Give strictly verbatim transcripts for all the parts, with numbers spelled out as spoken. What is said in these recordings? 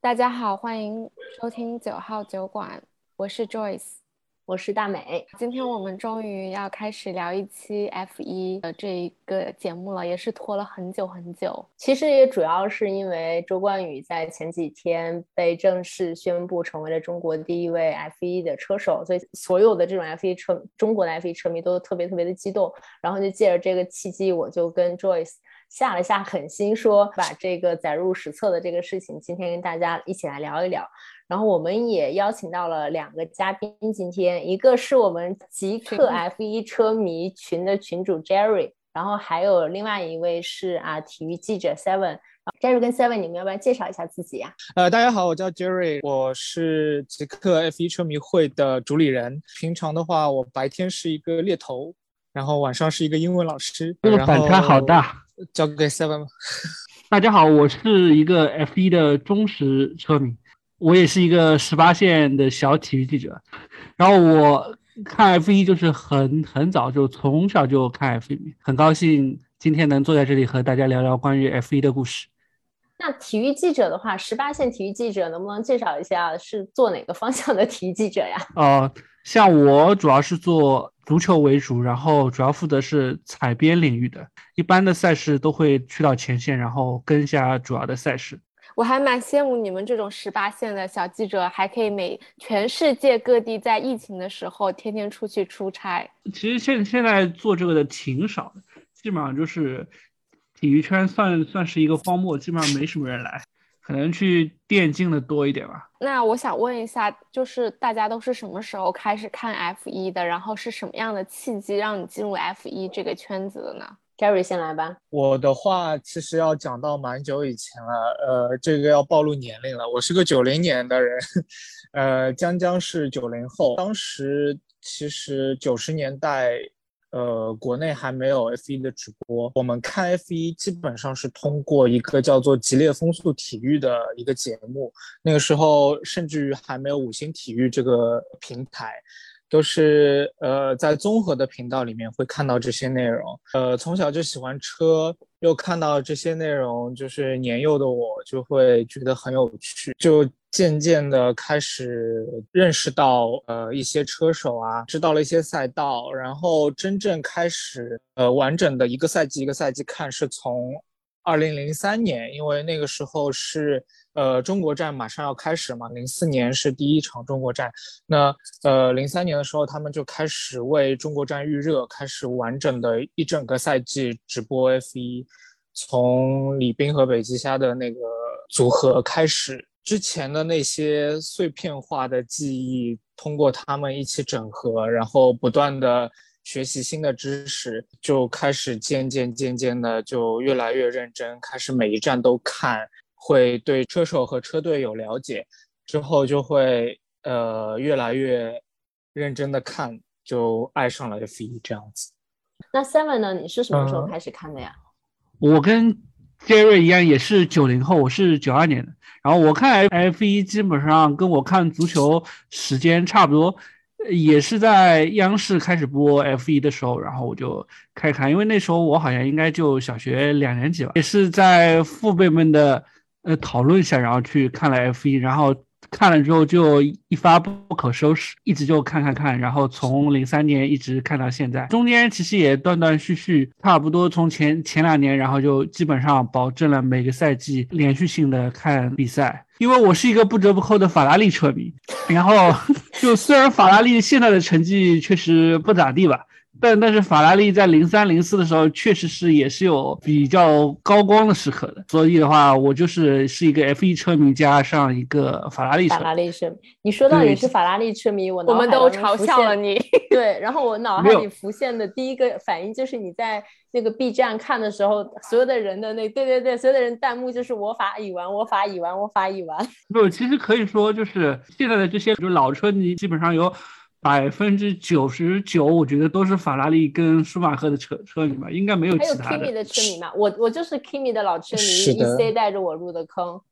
大家好，欢迎收听九号酒馆，我是 Joyce， 我是大美。 今天我们终于要开始聊一期 F 一 的这一个节目了，也是拖了很久很久。 其实也主要是因为周冠宇在前几天被正式宣布成为了中国第一位 F 一 的车手，所以所有的这种 F 一 车中国的 F 一 车迷都特别特别的激动，然后就借着这个契机，我就跟 Joyce下了下狠心，说把这个载入史册的这个事情今天跟大家一起来聊一聊。然后我们也邀请到了两个嘉宾，今天一个是我们极客 F 一 车迷群的群主 Jerry， 然后还有另外一位是啊体育记者 Seven。 Jerry 跟 Seven 你们要不要介绍一下自己呀、 啊？呃，大家好，我叫 Jerry， 我是极客 F 一 车迷会的主理人。平常的话，我白天是一个猎头，然后晚上是一个英文老师。 这个反差好大。 交给 Seven。 大家好，我是一个 F 一 的忠实车迷，我也是一个十八线的小体育记者，然后我看 F 一 就是很很早就从小就看 F 一， 很高兴今天能坐在这里和大家聊聊关于 F 一 的故事。 那体育记者的话，十八线体育记者能不能介绍一下是做哪个方向的体育记者呀？ 呃，像我主要是做足球为主，然后主要负责是采编领域的，一般的赛事都会去到前线，然后跟一下主要的赛事。 我还蛮羡慕你们这种十八线的小记者，还可以每全世界各地在疫情的时候天天出去出差。 其实现现在做这个的挺少的，基本上就是体育圈算算是一个荒漠，基本上没什么人来，可能去电竞的多一点吧。 那我想问一下，就是大家都是什么时候开始看 F 一 的？然后是什么样的契机让你进入 F 一 这个圈子的呢？ Jerry 先来吧。 我的话其实要讲到蛮久以前了，呃，这个要暴露年龄了。我是个九零年的人，呃，将将是九零后。当时其实九十年代。呃，国内还没有 F 一 的直播，我们看 F 一 基本上是通过一个叫做极烈风速体育的一个节目，那个时候甚至于还没有五星体育这个平台，都是呃在综合的频道里面会看到这些内容。呃，从小就喜欢车，又看到这些内容，就是年幼的我就会觉得很有趣，就渐渐的开始认识到呃一些车手啊，知道了一些赛道，然后真正开始呃完整的一个赛季一个赛季看，是从二零零三年，因为那个时候是呃中国站马上要开始嘛，零四年是第一场中国站，那呃零三年的时候他们就开始为中国站预热，开始完整的一整个赛季直播 F 一，从李斌和北极虾的那个组合开始。之前的那些碎片化的记忆通过他们一起整合，然后不断的学习新的知识，就开始渐渐渐渐的就越来越认真，开始每一站都看，会对车手和车队有了解，之后就会呃越来越认真的看，就爱上了 F 一 这样子。 那 Seven 呢？你是什么时候开始看的呀？ 呃、我跟Jerry 一样也是九零后，我是九二年的，然后我看 F 一 基本上跟我看足球时间差不多，也是在央视开始播 F 一 的时候，然后我就开始看，因为那时候我好像应该就小学两年级吧，也是在父辈们的呃讨论下，然后去看了 F 一，然后看了之后就一发不可收拾，一直就看看看，然后从零三年一直看到现在，中间其实也断断续续，差不多从前前两年，然后就基本上保证了每个赛季连续性的看比赛。因为我是一个不折不扣的法拉利车迷，然后就虽然法拉利现在的成绩确实不咋地吧，但但是法拉利在零三零四的时候确实是也是有比较高光的时刻的，所以的话我就是是一个 F 一 车迷加上一个法拉利车迷。 法拉利车迷，你说到你是法拉利车迷，我我们都嘲笑了你。 对，然后我脑海里浮现的第一个反应就是你在那个 B 站看的时候，所有的人的那对对对，所有的人弹幕就是我法已完，我法已完，我法已完。 不，其实可以说就是现在的这些就老车迷基本上有百分之九十九，我觉得都是法拉利跟舒马赫的车车迷吧，应该没有其他的。 还有 Kimi 的车迷嘛？我我就是 Kimi 的老车迷，一 C 带着我入的坑。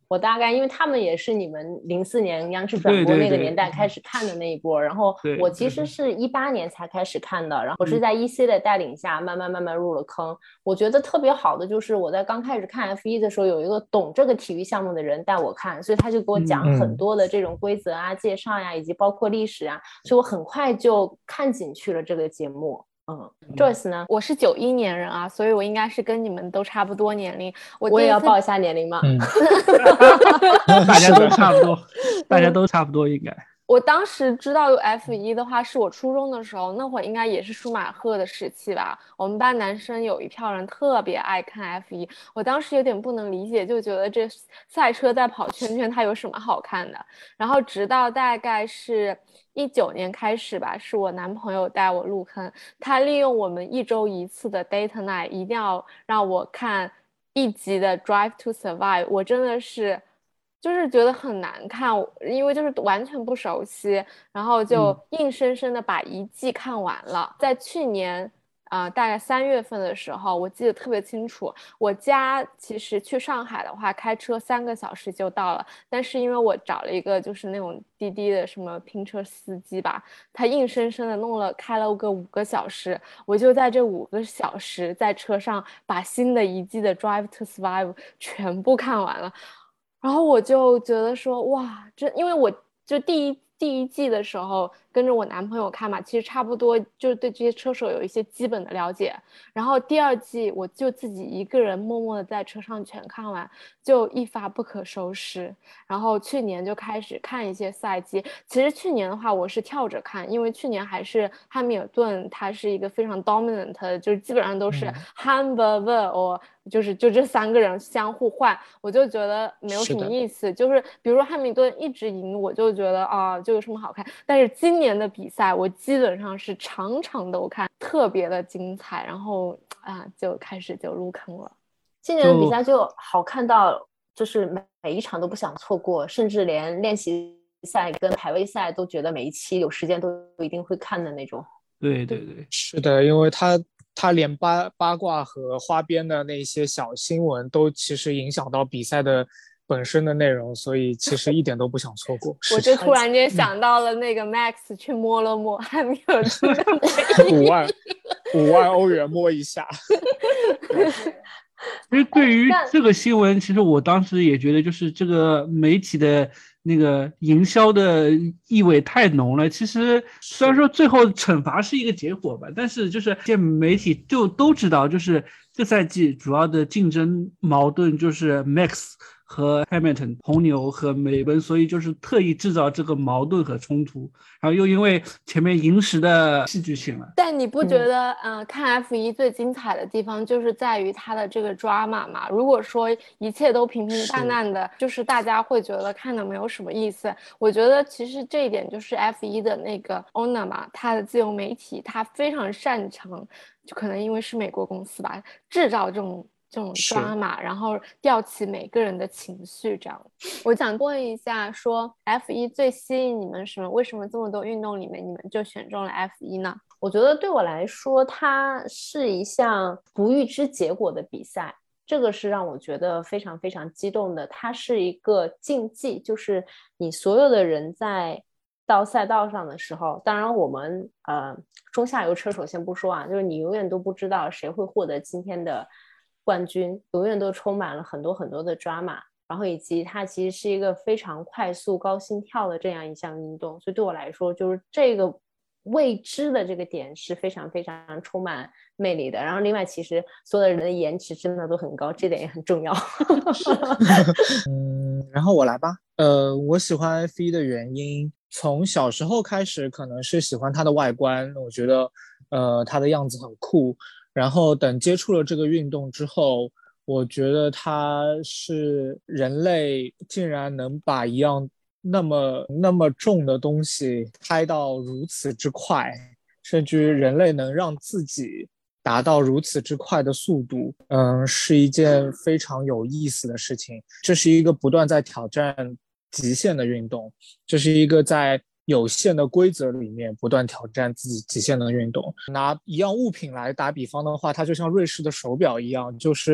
我大概因为他们也是你们零四年央视转播那个年代开始看的那一波，然后我其实是一八年才开始看的，然后我是在 E C 的带领下慢慢慢慢入了坑。我觉得特别好的就是我在刚开始看 F 一 的时候，有一个懂这个体育项目的人带我看，所以他就给我讲很多的这种规则啊、介绍呀，以及包括历史啊，所以我很快就看进去了这个节目。嗯 Joyce 呢？ 我是九一年人啊，所以我应该是跟你们都差不多年龄。我我也要报一下年龄吗？ 嗯大家都差不多，大家都差不多应该。 我当时知道有 F 一 的话，是我初中的时候，那会儿应该也是舒马赫的时期吧。我们班男生有一票人特别爱看 F 一，我当时有点不能理解，就觉得这赛车在跑圈圈，它有什么好看的？然后直到大概是一九年开始吧，是我男朋友带我入坑，他利用我们一周一次的 date night， 一定要让我看一集的 Drive to Survive， 我真的是。就是觉得很难看，因为就是完全不熟悉，然后就硬生生的把一季看完了。嗯、在去年啊、呃，大概三月份的时候，我记得特别清楚。我家其实去上海的话，开车三个小时就到了，但是因为我找了一个就是那种滴滴的什么拼车司机吧，他硬生生的弄了开了个五个小时，我就在这五个小时在车上把新的一季的 Drive to Survive 全部看完了。然后我就觉得说，哇，这因为我就第一第一季的时候跟着我男朋友看嘛，其实差不多就对这些车手有一些基本的了解。然后第二季我就自己一个人默默的在车上全看完，就一发不可收拾。然后去年就开始看一些赛季，其实去年的话我是跳着看，因为去年还是汉密尔顿，他是一个非常 dominant， 就是基本上都是汉伯伯哦。就是就这三个人相互换，我就觉得没有什么意思。就是比如说汉密尔顿一直赢，我就觉得啊，就有什么好看。但是今年的比赛，我基本上是场场都看，特别的精彩。然后啊，就开始就入坑了。 今年的比赛就好看到，就是每一场都不想错过，甚至连练习赛跟排位赛都觉得每一期有时间都一定会看的那种。 对对对， 是的，因为他。他连八八卦和花边的那些小新闻都其实影响到比赛的本身的内容，所以其实一点都不想错过。 我就突然间想到了那个 Max 去摸了摸汉密尔顿的五万五万欧元摸一下。 其实对于这个新闻，其实我当时也觉得，就是这个媒体的那个营销的意味太浓了。其实虽然说最后惩罚是一个结果吧，但是就是这媒体就都知道，就是这赛季主要的竞争矛盾就是 Max 和 Hamilton 红牛和梅奔，所以就是特意制造这个矛盾和冲突，然后又因为前面银石的戏剧性了。 但你不觉得嗯、呃、看 F 一 最精彩的地方就是在于它的这个 drama 嘛？如果说一切都平平淡淡的，就是大家会觉得看的没有什么意思。我觉得其实这一点就是 F 一 的那个 owner 嘛，他的自由媒体他非常擅长，就可能因为是美国公司吧，制造这种这种抓马，然后吊起每个人的情绪。这样，我想问一下，说 F 一 最吸引你们什么？为什么这么多运动里面你们就选中了 F 一 呢？ 我觉得对我来说，它是一项不预知结果的比赛，这个是让我觉得非常非常激动的。它是一个竞技，就是你所有的人在到赛道上的时候，当然我们呃中下游车手先不说啊，就是你永远都不知道谁会获得今天的冠军，永远都充满了很多很多的 drama， 然后以及它其实是一个非常快速高心跳的这样一项运动，所以对我来说就是这个未知的这个点是非常非常充满魅力的。然后另外其实所有的人的颜值真的都很高，这点也很重要。 嗯，然后我来吧。呃，我喜欢 F 一 的原因从小时候开始可能是喜欢它的外观，我觉得呃它的样子很酷。然后等接触了这个运动之后，我觉得它是人类竟然能把一样那么那么重的东西开到如此之快，甚至人类能让自己达到如此之快的速度，嗯，是一件非常有意思的事情。这是一个不断在挑战极限的运动，这是一个在有限的规则里面不断挑战自己极限的运动。拿一样物品来打比方的话，它就像瑞士的手表一样，就是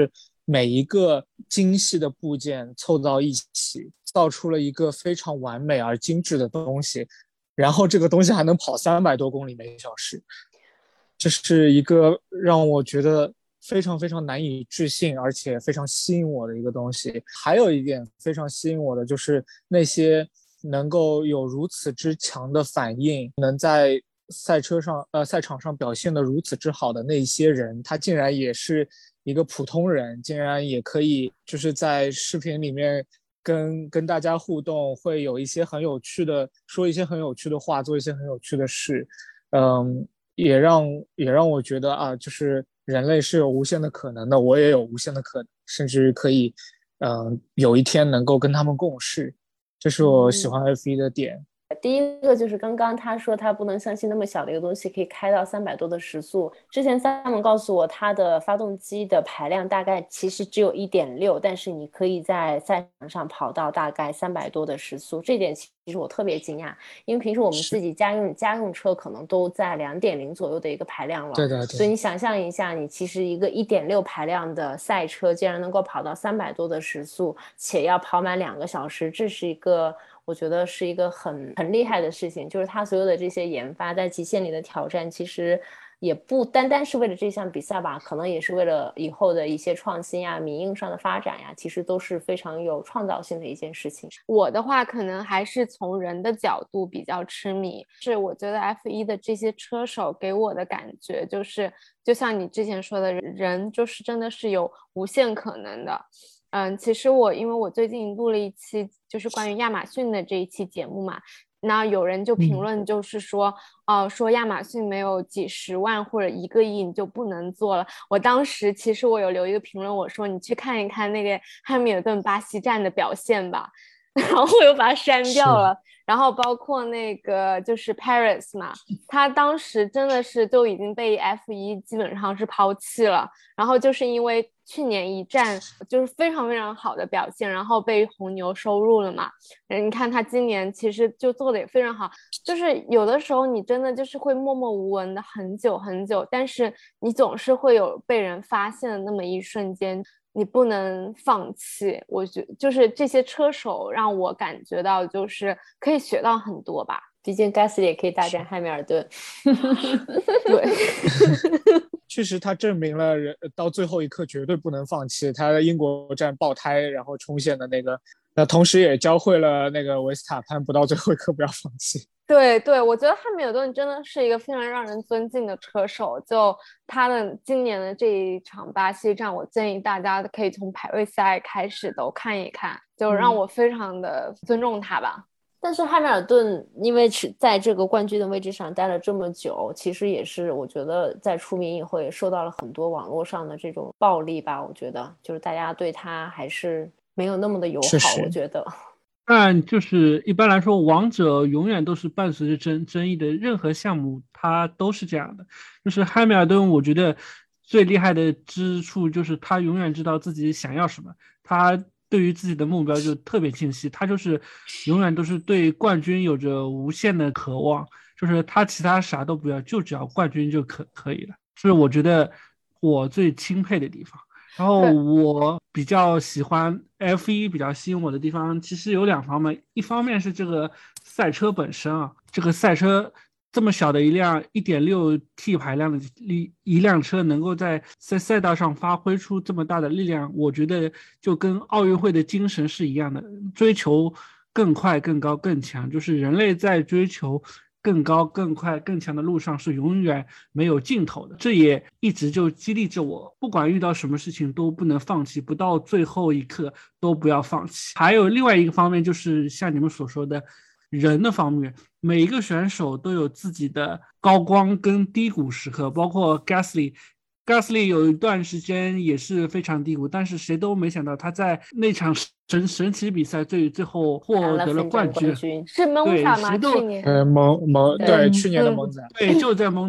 每一个精细的部件凑到一起，造出了一个非常完美而精致的东西，然后这个东西还能跑三百多公里每小时，这是一个让我觉得非常非常难以置信，而且非常吸引我的一个东西。还有一点非常吸引我的就是那些能够有如此之强的反应，能在赛车上呃赛场上表现得如此之好的那些人，他竟然也是一个普通人，竟然也可以就是在视频里面跟跟大家互动，会有一些很有趣的说一些很有趣的话，做一些很有趣的事。嗯，也让也让我觉得啊，就是人类是有无限的可能的，我也有无限的可能，甚至可以嗯有一天能够跟他们共事，这是我喜欢 F 一 的点。 第一个就是刚刚他说他不能相信那么小的一个东西可以开到三百多的时速。之前Simon告诉我他的发动机的排量大概其实只有 一点六， 但是你可以在赛场上跑到大概三百多的时速，这点其实我特别惊讶，因为平时我们自己家用家用车可能都在 两点零 左右的一个排量了。 对的，对。 所以你想象一下，你其实一个 一点六 排量的赛车竟然能够跑到三百多的时速，且要跑满两个小时，这是一个我觉得是一个很很厉害的事情。就是他所有的这些研发在极限里的挑战，其实也不单单是为了这项比赛吧，可能也是为了以后的一些创新呀、民营上的发展呀，其实都是非常有创造性的一件事情。 我的话可能还是从人的角度比较痴迷，是我觉得 F 一 的这些车手给我的感觉就是就像你之前说的，人就是真的是有无限可能的。嗯，其实我因为我最近录了一期就是关于亚马逊的这一期节目嘛，那有人就评论就是说，哦、呃，说亚马逊没有几十万或者一个亿你就不能做了。我当时其实我有留一个评论，我说你去看一看那个汉密尔顿巴西站的表现吧，然后我又把它删掉了。然后包括那个就是 Paris 嘛，他当时真的是就已经被 F 一 基本上是抛弃了，然后就是因为去年一战就是非常非常好的表现，然后被红牛收入了嘛。你看他今年其实就做的也非常好，就是有的时候你真的就是会默默无闻的很久很久，但是你总是会有被人发现的那么一瞬间，你不能放弃。我觉得就是这些车手让我感觉到就是可以学到很多吧， 毕竟 Gasly 也可以大战汉密尔顿。 对。 确实他证明了人到最后一刻绝对不能放弃，他的英国站爆胎然后冲线的那个，那同时也教会了那个维斯塔潘不到最后一刻不要放弃。 对对，我觉得汉密尔顿真的是一个非常让人尊敬的车手，就他的今年的这一场巴西站，我建议大家可以从排位赛开始都看一看，就让我非常的尊重他吧。 嗯，但是汉密尔顿因为在这个冠军的位置上待了这么久，其实也是我觉得在出名以后也受到了很多网络上的这种暴力吧，我觉得就是大家对他还是没有那么的友好，我觉得。 但就是一般来说，王者永远都是伴随着争争议的，任何项目它都是这样的。就是汉密尔顿，我觉得最厉害的之处就是他永远知道自己想要什么，他对于自己的目标就特别清晰，他就是永远都是对冠军有着无限的渴望，就是他其他啥都不要，就只要冠军就可可以了，是我觉得我最钦佩的地方。然后我比较喜欢 F 一，比较吸引我的地方其实有两方面，一方面是这个赛车本身啊，这个赛车这么小的一辆 一点六 T 排量的一一辆车能够在在赛道上发挥出这么大的力量，我觉得就跟奥运会的精神是一样的，追求更快更高更强，就是人类在追求更高更快更强的路上是永远没有尽头的，这也一直就激励着我，不管遇到什么事情都不能放弃，不到最后一刻都不要放弃。还有另外一个方面就是像你们所说的人的方面，每一个选手都有自己的高光跟低谷时刻，包括 Gasly Gasly 有一段时间也是非常低谷，但是谁都没想到他在那场神神奇比赛最最后获得了冠军， 是蒙扎吗？去年呃蒙蒙对去年的蒙扎、 嗯，对，就在蒙扎，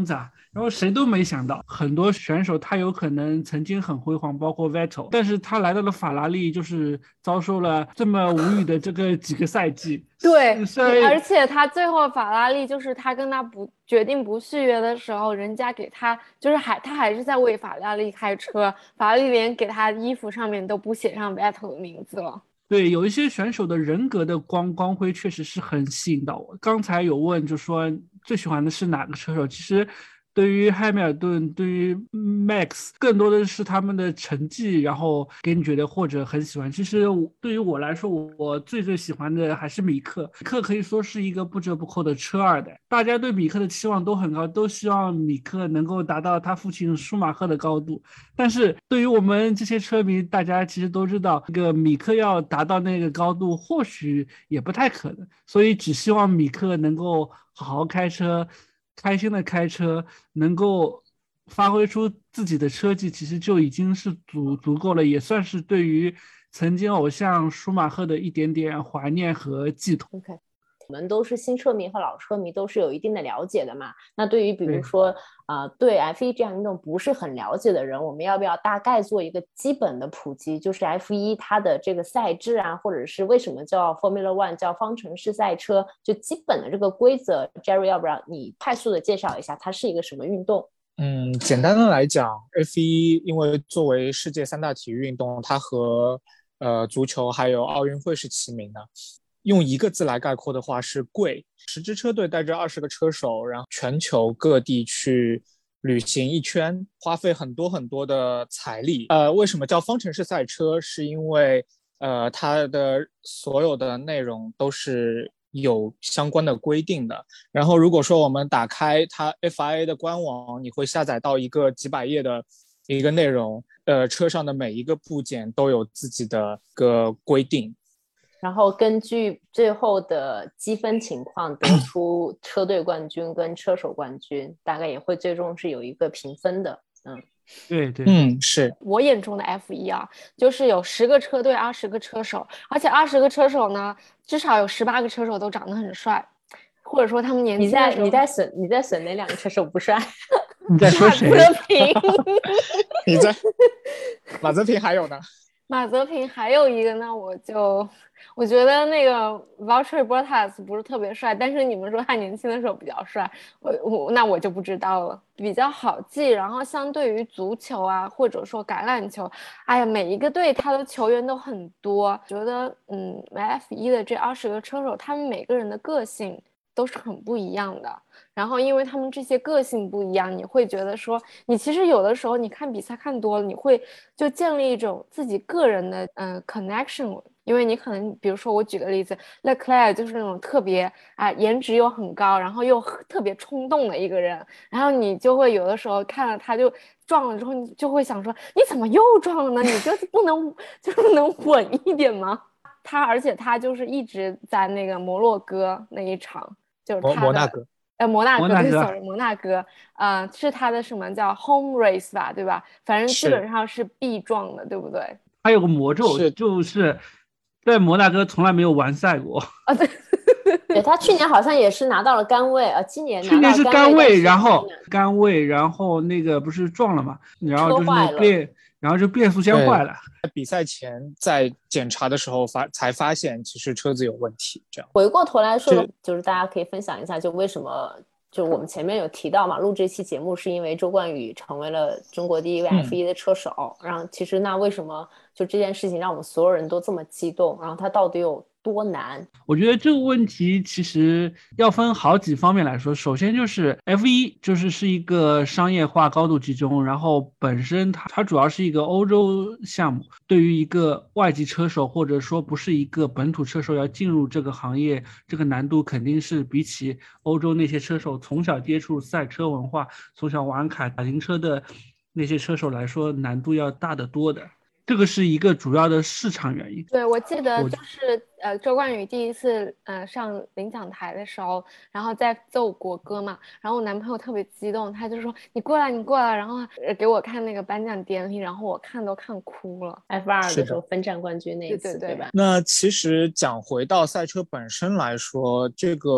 然后谁都没想到，很多选手他有可能曾经很辉煌，包括 Vettel， 但是他来到了法拉利，就是遭受了这么无语的这个几个赛季。 对， 所以而且他最后法拉利就是他跟他不决定不续约的时候，人家给他就是还他还是在为法拉利开车，法拉利连给他衣服上面都不写上 Vettel 的名字了。 对，有一些选手的人格的光光辉确实是很吸引到我。刚才有问，就说最喜欢的是哪个车手？其实对于汉密尔顿，对于 Max， 更多的是他们的成绩，然后给你觉得或者很喜欢。其实对于我来说，我我最最喜欢的还是米克。米克可以说是一个不折不扣的车二代，大家对米克的期望都很高，都希望米克能够达到他父亲舒马赫的高度。但是对于我们这些车迷，大家其实都知道，这个米克要达到那个高度，或许也不太可能，所以只希望米克能够好好开车，开心的开车，能够发挥出自己的车技，其实就已经是足足够了，也算是对于曾经偶像舒马赫的一点点怀念和寄托。 OK， 我们都是新车迷和老车迷都是有一定的了解的嘛。那对于比如说呃，对 F 一 这样运动不是很了解的人，我们要不要大概做一个基本的普及？就是 F 一 它的这个赛制啊，或者是为什么叫 Formula One 叫方程式赛车，就基本的这个规则 Jerry 要不要你快速的介绍一下它是一个什么运动？ 嗯，简单的来讲 F 一 因为作为世界三大体育运动，它和呃足球还有奥运会是齐名的，用一个字来概括的话是贵。十支车队带着二十个车手，然后全球各地去旅行一圈，花费很多很多的财力。呃，为什么叫方程式赛车？是因为呃它的所有的内容都是有相关的规定的。然后如果说我们打开它 F I A 的官网，你会下载到一个几百页的一个内容，呃，车上的每一个部件都有自己的个规定。 然后根据最后的积分情况得出车队冠军跟车手冠军，大概也会最终是有一个评分的。嗯， 对对， 嗯，是我眼中的 F 一 啊，就是有十个车队，二十个车手，而且二十个车手呢，至少有十八个车手都长得很帅，或者说他们年轻的时候。 你在你在损你在损哪两个车手不帅？ 你在说谁？ 马泽平， 你在马泽平还有呢？ 马泽平还有一个呢，我就我觉得那个 Valtteri Bottas 不是特别帅，但是你们说他年轻的时候比较帅，我我那我就不知道了，比较好记。然后相对于足球啊，或者说橄榄球，哎呀，每一个队他的球员都很多，觉得嗯 F 一 的这二十个车手，他们每个人的个性都是很不一样的。然后因为他们这些个性不一样，你会觉得说你其实有的时候你看比赛看多了，你会就建立一种自己个人的呃 connection。因为你可能比如说我举个例子 Leclerc 就是那种特别啊、呃、颜值又很高，然后又特别冲动的一个人，然后你就会有的时候看了他就撞了之后，你就会想说你怎么又撞了呢？你就不能就是能稳一点吗？他而且他就是一直在那个摩洛哥那一场，就是他的摩纳哥， 呃，摩纳哥，对 ，sorry， 摩纳哥，呃，是他的什么叫 home race 吧，对吧？反正基本上是必撞的，对不对？ 还有个魔咒， 是就是在摩纳哥从来没有完赛过。 啊，对， 对，他去年好像也是拿到了杆位，呃，今年去年是杆位， 然后杆位，然后那个不是撞了嘛，然后就是那变，然后就变速箱坏了。 比赛前在检查的时候发才发现，其实车子有问题。这样回过头来说，就是大家可以分享一下，就为什么。就我们前面有提到嘛，录这期节目是因为周冠宇成为了中国第一位 F 一 的车手、嗯、然后其实那为什么就这件事情让我们所有人都这么激动，然后它到底有多难？ 我觉得这个问题其实要分好几方面来说。首先就是 F 一 就是是一个商业化高度集中，然后本身它它主要是一个欧洲项目，对于一个外籍车手或者说不是一个本土车手要进入这个行业，这个难度肯定是比起欧洲那些车手从小接触赛车文化，从小玩卡丁车的那些车手来说难度要大得多的。这个是一个主要的市场原因。 对，我记得就是呃，周冠宇第一次呃上领奖台的时候，然后在奏国歌嘛，然后我男朋友特别激动，他就说你过来你过来，然后给我看那个颁奖典礼，然后我看都看哭了。 F 二 的时候分站冠军那一次， 对, 对, 对吧？ 那其实讲回到赛车本身来说，这个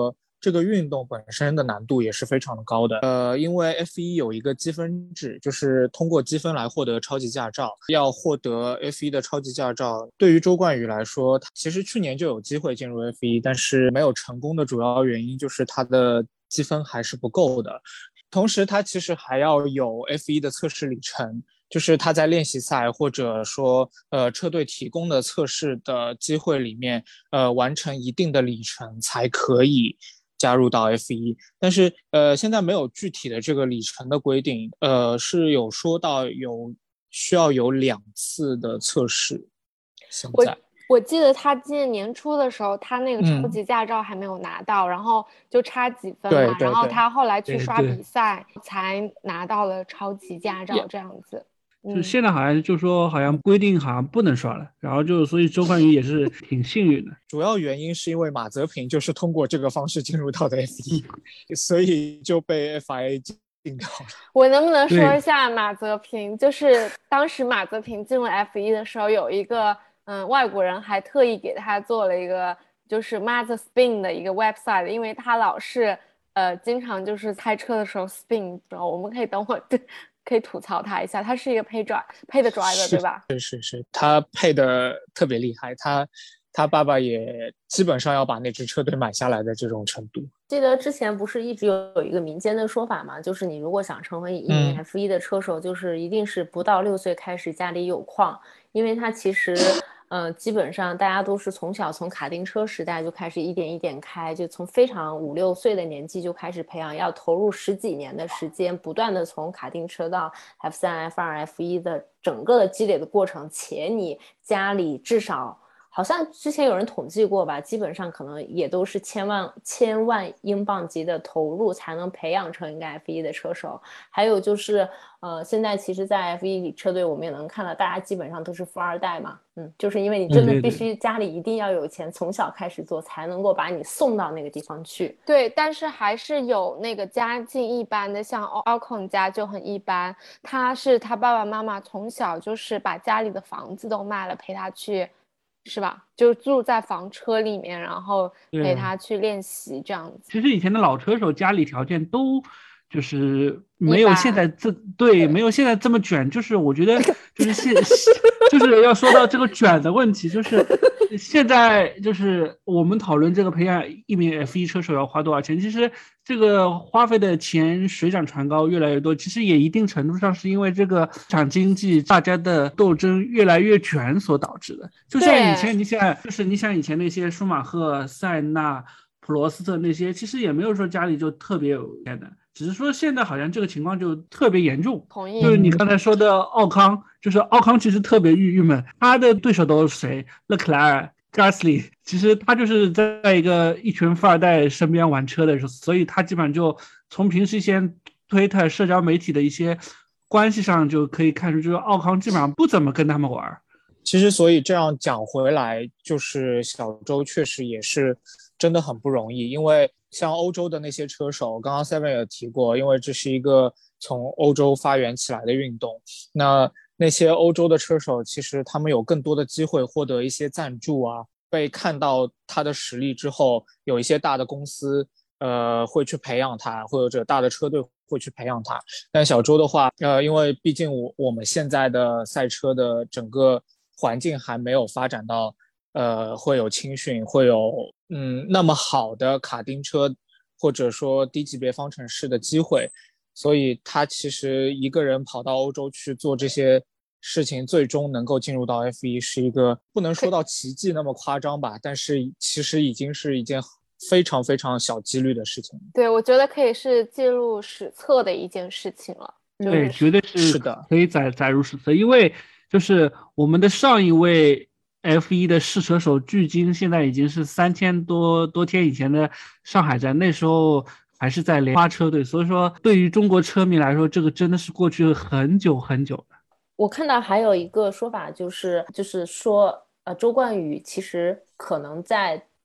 这个运动本身的难度也是非常的高的。呃，因为 F 一 有一个积分制，就是通过积分来获得超级驾照。要获得 F 一 的超级驾照，对于周冠宇来说，其实去年就有机会进入 F 一，但是没有成功的主要原因就是他的积分还是不够的。同时，他其实还要有 F 一 的测试里程。就是他在练习赛或者说呃车队提供的测试的机会里面，呃完成一定的里程才可以加入到 F 一。但是呃现在没有具体的这个里程的规定，呃是有说到有需要有两次的测试。现在我记得他今年年初的时候，他那个超级驾照还没有拿到，嗯、然后就差几分嘛，然后他后来去刷比赛才拿到了超级驾照，这样子。 就现在好像就说好像规定好像不能刷了，然后就所以周冠宇也是挺幸运的。 主要原因是因为马泽平就是通过这个方式进入到的 F 一，所以就被 F I A 禁掉了。 我能不能说一下马泽平？就是当时马泽平进入 F 一 的时候，有一个嗯外国人还特意给他做了一个就是 Mazda Spin 的一个 website， 因为他老是呃经常就是开车的时候 spin， 然后我们可以等会儿可以吐槽他一下，他是一个配 drive 配的 driver 对吧？ 是是是，他配的特别厉害，他他爸爸也基本上要把那支车队买下来的这种程度。 记得之前不是一直有有一个民间的说法嘛，就是你如果想成为一名 F 一 的车手，嗯、就是一定是不到六岁开始家里有矿，因为他其实呃基本上大家都是从小从卡丁车时代就开始一点一点开，就从非常五六岁的年纪就开始培养，要投入十几年的时间，不断的从卡丁车到 F 三 F 二 F 一 的整个的积累的过程，且你家里至少好像之前有人统计过吧，基本上可能也都是千万千万英镑级的投入才能培养成一个 F 一 的车手。还有就是呃，现在其实在 F 一 车队我们也能看到大家基本上都是富二代嘛，嗯，就是因为你真的必须家里一定要有钱，从小开始做才能够把你送到那个地方去。 对，但是还是有那个家境一般的，像 Ocon 家就很一般，他是他爸爸妈妈从小就是把家里的房子都卖了陪他去，是吧？就住在房车里面，然后陪他去练习这样子。 其实以前的老车手家里条件都就是没有现在这对没有现在这么卷，就是我觉得就是现就是要说到这个卷的问题，就是现在就是我们讨论这个培养一名 F 一 车手要花多少钱，其实这个花费的钱水涨船高越来越多，其实也一定程度上是因为这个市场经济大家的斗争越来越卷所导致的。就像以前你想就是你想以前那些舒马赫、塞纳、普罗斯特那些，其实也没有说家里就特别有钱的，只是说现在好像这个情况就特别严重。 同意。 就是你刚才说的奥康，就是奥康其实特别郁郁闷，他的对手都是谁？勒克莱尔、加斯利，其实他就是在一个一群富二代身边玩车的时候，所以他基本上就从平时一些推特、社交媒体的一些关系上就可以看出，就是奥康基本上不怎么跟他们玩。 其实，所以这样讲回来，就是小周确实也是真的很不容易，因为像欧洲的那些车手，刚刚 Seven 也提过，因为这是一个从欧洲发源起来的运动，那那些欧洲的车手其实他们有更多的机会获得一些赞助啊，被看到他的实力之后，有一些大的公司呃会去培养他，或者大的车队会去培养他。但小周的话，呃，因为毕竟我我们现在的赛车的整个环境还没有发展到呃会有青训，会有嗯那么好的卡丁车或者说低级别方程式的机会，所以他其实一个人跑到欧洲去做这些事情，最终能够进入到 F 一 是一个不能说到奇迹那么夸张吧，但是其实已经是一件非常非常小几率的事情。 对，我觉得可以是记录史册的一件事情了。 对，绝对是的， 可以载载入史册，因为就是我们的上一位 F 一 的试车手，距今现在已经是三千多多天以前的上海站，那时候还是在莲花车队，所以说对于中国车迷来说，这个真的是过去很久很久了。 我看到还有一个说法，就是就是说，呃，周冠宇其实可能在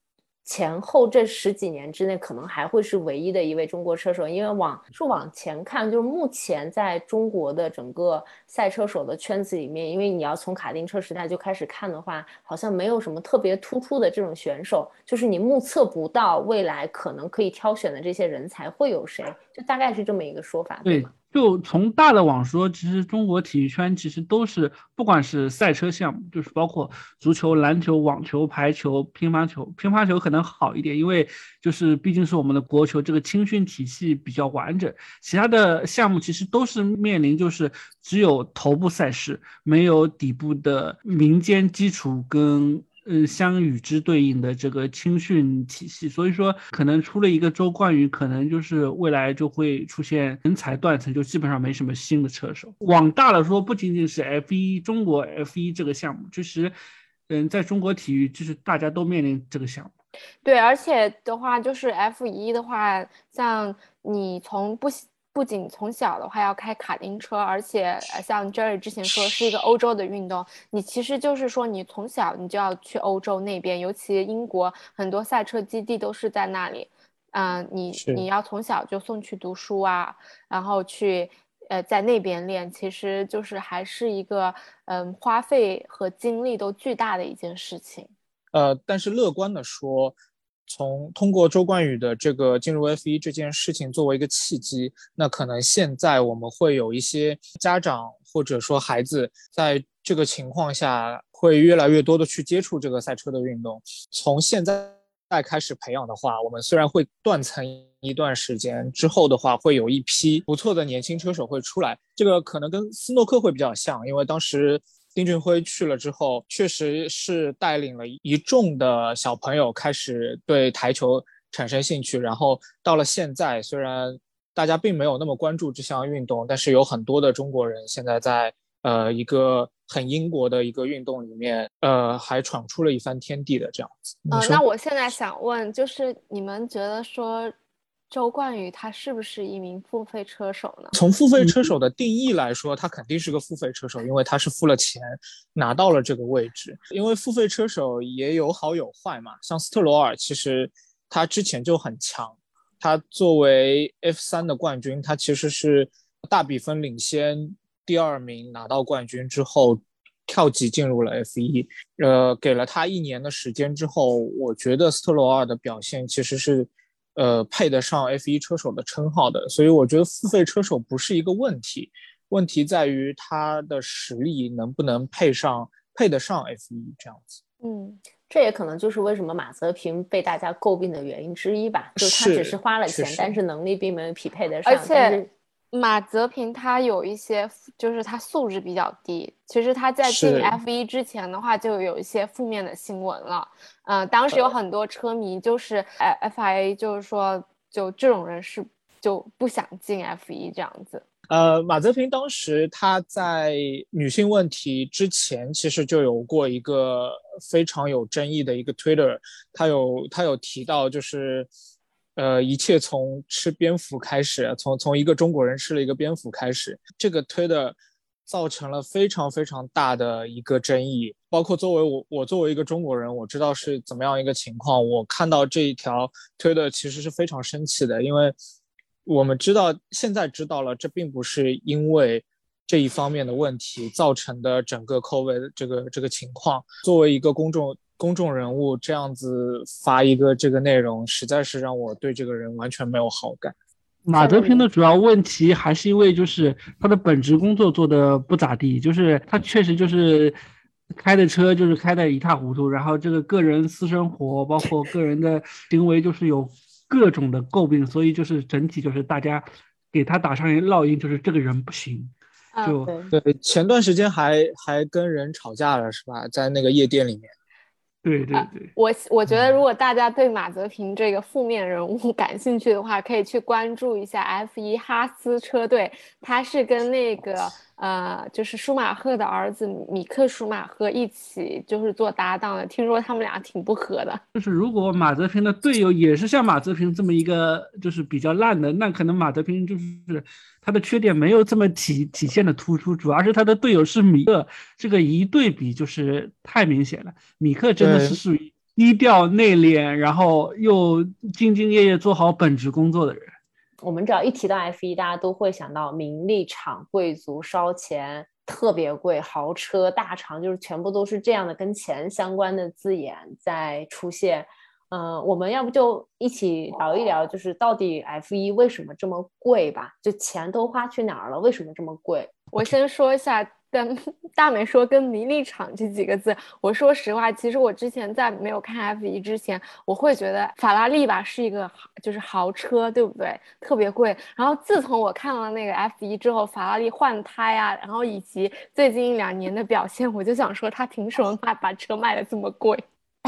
前后这十几年之内可能还会是唯一的一位中国车手，因为往是往前看，就是目前在中国的整个赛车手的圈子里面，因为你要从卡丁车时代就开始看的话，好像没有什么特别突出的这种选手，就是你目测不到未来可能可以挑选的这些人才会有谁，就大概是这么一个说法，对吗？ 就从大的网说，其实中国体育圈其实都是，不管是赛车项目，就是包括足球、篮球、网球、排球、乒乓球，乒乓球可能好一点，因为就是毕竟是我们的国球，这个青训体系比较完整。其他的项目其实都是面临就是只有头部赛事，没有底部的民间基础跟呃，相与之对应的这个青训体系，所以说可能出了一个周冠宇，可能就是未来就会出现人才断层，就基本上没什么新的车手。往大了说，不仅仅是 F 一 中国 F 一 这个项目，其实，嗯，在中国体育就是大家都面临这个项目。 对，而且的话，就是 F 一 的话，像你从不不仅从小的话要开卡丁车，而且像 Jerry 之前说是一个欧洲的运动，你其实就是说你从小你就要去欧洲那边，尤其英国很多赛车基地都是在那里，嗯、呃，你你要从小就送去读书啊，然后去呃在那边练，其实就是还是一个嗯花费和精力都巨大的一件事情。 呃，但是乐观的说，从通过周冠宇的这个进入 F 一 这件事情作为一个契机，那可能现在我们会有一些家长或者说孩子在这个情况下会越来越多的去接触这个赛车的运动。从现在开始培养的话，我们虽然会断层一段时间之后的话，会有一批不错的年轻车手会出来。这个可能跟斯诺克会比较像，因为当时丁俊晖去了之后，确实是带领了一众的小朋友开始对台球产生兴趣，然后到了现在，虽然大家并没有那么关注这项运动，但是有很多的中国人现在在呃一个很英国的一个运动里面，呃还闯出了一番天地的这样子。 呃，那我现在想问，就是你们觉得说周冠宇他是不是一名付费车手呢？ 从付费车手的定义来说，他肯定是个付费车手，因为他是付了钱拿到了这个位置。因为付费车手也有好有坏嘛，像斯特罗尔其实他之前就很强，他作为 F 三 的冠军，他其实是大比分领先第二名拿到冠军之后跳级进入了 F 一，呃，给了他一年的时间之后，我觉得斯特罗尔的表现其实是呃，配得上 F 一 车手的称号的，所以我觉得付费车手不是一个问题，问题在于他的实力能不能配上配得上 F 一 这样子。 嗯，这也可能就是为什么马泽平被大家诟病的原因之一吧，就是他只是花了钱，但是能力并没有匹配得上。 而且马泽平他有一些就是他素质比较低，其实他在进 F 一 之前的话就有一些负面的新闻了，嗯、呃，当时有很多车迷就是 F I A 就是说就这种人是就不想进 F 一 这样子。 呃，马泽平当时他在女性问题之前其实就有过一个非常有争议的一个 Twitter， 他有他有提到就是呃，一切从吃蝙蝠开始，从从一个中国人吃了一个蝙蝠开始，这个推的造成了非常非常大的一个争议。包括作为我，我作为一个中国人，我知道是怎么样一个情况。我看到这一条推的其实是非常生气的，因为我们知道现在知道了，这并不是因为这一方面的问题造成的整个 COVID 这个这个情况。作为一个公众。公众人物这样子发一个这个内容，实在是让我对这个人完全没有好感。 马泽平的主要问题还是因为就是他的本职工作做的不咋地，就是他确实就是开的车就是开的一塌糊涂，然后这个个人私生活包括个人的行为就是有各种的诟病，所以就是整体就是大家给他打上一烙印，就是这个人不行。就、 嗯、 对，前段时间还还跟人吵架了是吧，在那个夜店里面。 对对对、呃、 我我觉得如果大家对马泽平这个负面人物感兴趣的话，可以去关注一下 F 一 哈斯车队，他是跟那个呃就是舒马赫的儿子米克舒马赫一起就是做搭档的，听说他们俩挺不合的。 就是如果马泽平的队友也是像马泽平这么一个就是比较烂的，那可能马泽平就是他的缺点没有这么体体现的突出，主要是他的队友是米克，这个一对比就是太明显了。米克真的是属于低调内敛，然后又兢兢业业做好本职工作的人。 我们只要一提到 F 一，大家都会想到名利场、贵族、烧钱、特别贵、豪车、大厂，就是全部都是这样的跟钱相关的字眼在出现。嗯、呃，我们要不就一起聊一聊，就是到底 F 一为什么这么贵吧？就钱都花去哪儿了？为什么这么贵？ 我先说一下，跟大美说跟名利场这几个字，我说实话，其实我之前在没有看 F 一之前，我会觉得法拉利吧是一个就是豪车，对不对？特别贵。然后自从我看了那个 F 一之后，法拉利换胎啊，然后以及最近一两年的表现，我就想说他凭什么卖把车卖的这么贵？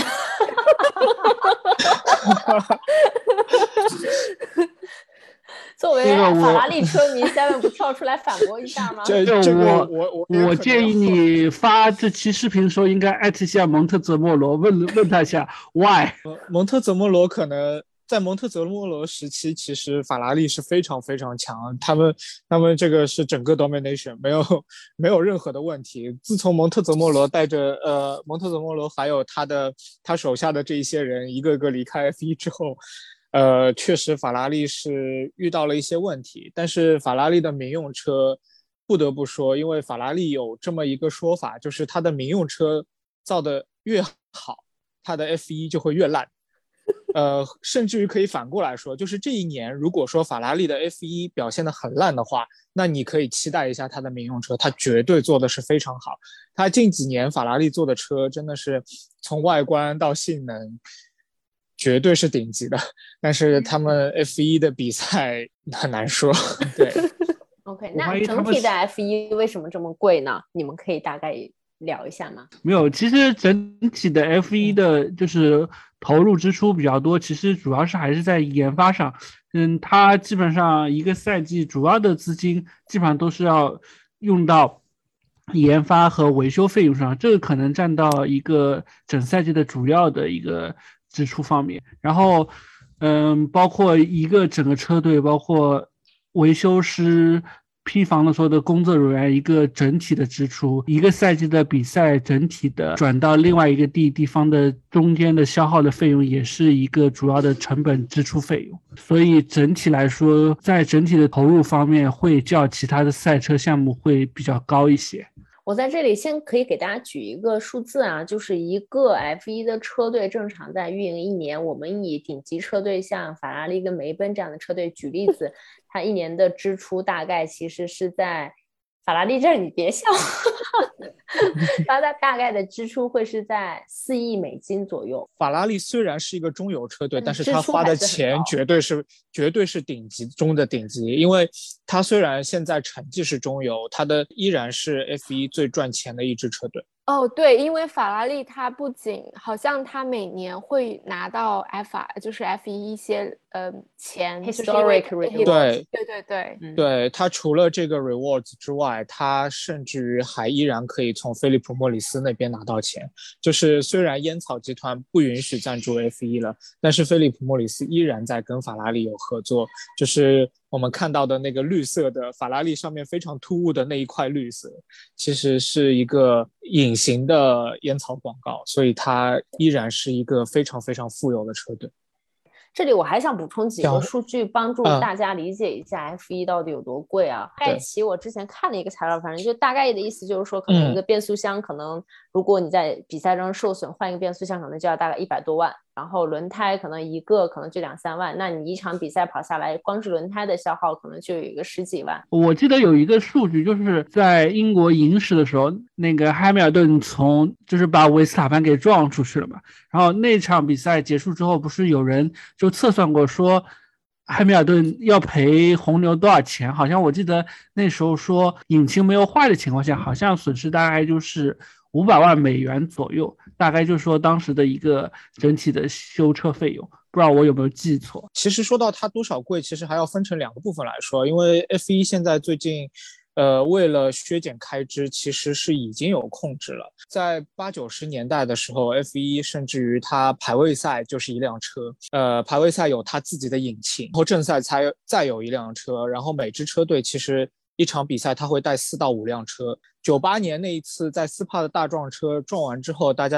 作为法拉利车迷 Seven 不跳出来反驳一下吗？ 这这我我我我建议你发这期视频的时候应该艾特一下蒙特泽莫罗，问问他一下 why。 蒙特泽莫罗可能在蒙特泽莫罗时期，其实法拉利是非常非常强，他们他们这个是整个 domination， 没有没有任何的问题。自从蒙特泽莫罗带着呃蒙特泽莫罗还有他的他手下的这一些人一个个离开 F 一之后，呃，确实法拉利是遇到了一些问题，但是法拉利的民用车不得不说，因为法拉利有这么一个说法，就是它的民用车造的越好，它的 F 一就会越烂。呃，甚至于可以反过来说，就是这一年如果说法拉利的 F 一表现得很烂的话，那你可以期待一下它的民用车，它绝对做的是非常好。它近几年法拉利做的车真的是从外观到性能绝对是顶级的，但是他们 F 一的比赛很难说。对 ，OK， 那整体的 F 一为什么这么贵呢？你们可以大概聊一下吗？ 没有，其实整体的 F 一的就是投入支出比较多，其实主要是还是在研发上。嗯，它基本上一个赛季主要的资金基本上都是要用到研发和维修费用上，这个可能占到一个整赛季的主要的一个支出方面。然后，嗯，包括一个整个车队，包括维修师、批房的所有的工作人员，一个整体的支出，一个赛季的比赛整体的转到另外一个地地方的中间的消耗的费用，也是一个主要的成本支出费用。所以整体来说，在整体的投入方面，会较其他的赛车项目会比较高一些。 我在这里先可以给大家举一个数字啊，就是一个 F 一 的车队正常在运营一年，我们以顶级车队像法拉利跟梅奔这样的车队举例子，它一年的支出大概其实是在法拉利这儿你别笑它的大概的支出会是在四亿美金左右。 法拉利虽然是一个中游车队，但是他花的钱绝对是绝对是顶级中的顶级，因为他虽然现在成绩是中游，他的依然是 F 一 最赚钱的一支车队。 哦，对，因为法拉利它不仅好像它每年会拿到 F 就是 F 一 一些呃钱 historic reward， 对对对对、 嗯、 对，它除了这个 rewards 之外，它甚至于还依然可以从菲利普莫里斯那边拿到钱。就是虽然烟草集团不允许赞助 F 一 了，但是菲利普莫里斯依然在跟法拉利有合作，就是我们看到的那个绿色的法拉利上面非常突兀的那一块绿色，其实是一个隐形的烟草广告，所以它依然是一个非常非常富有的车队。 这里我还想补充几个数据，帮助大家理解一下 F 一 到底有多贵啊。爱奇我之前看了一个材料，反正就大概的意思就是说，可能一个变速箱，可能如果你在比赛中受损，换一个变速箱可能就要大概一百多万，然后轮胎可能一个可能就两三万，那你一场比赛跑下来，光是轮胎的消耗可能就有一个十几万。 我记得有一个数据，就是在英国银石的时候，那个汉密尔顿从就是把维斯塔潘给撞出去了嘛，然后那场比赛结束之后，不是有人就测算过说汉密尔顿要赔红牛多少钱，好像我记得那时候说引擎没有坏的情况下，好像损失大概就是五百万美元左右，大概就是说当时的一个整体的修车费用，不知道我有没有记错。 其实说到它多少贵，其实还要分成两个部分来说，因为 F 一 现在最近呃，为了削减开支，其实是已经有控制了。在八九十年代的时候 ，F 一 甚至于它排位赛就是一辆车，呃，排位赛有它自己的引擎，然后正赛才再有一辆车，然后每支车队其实一场比赛它会带四到五辆车。九八年那一次在斯帕的大撞车撞完之后，大家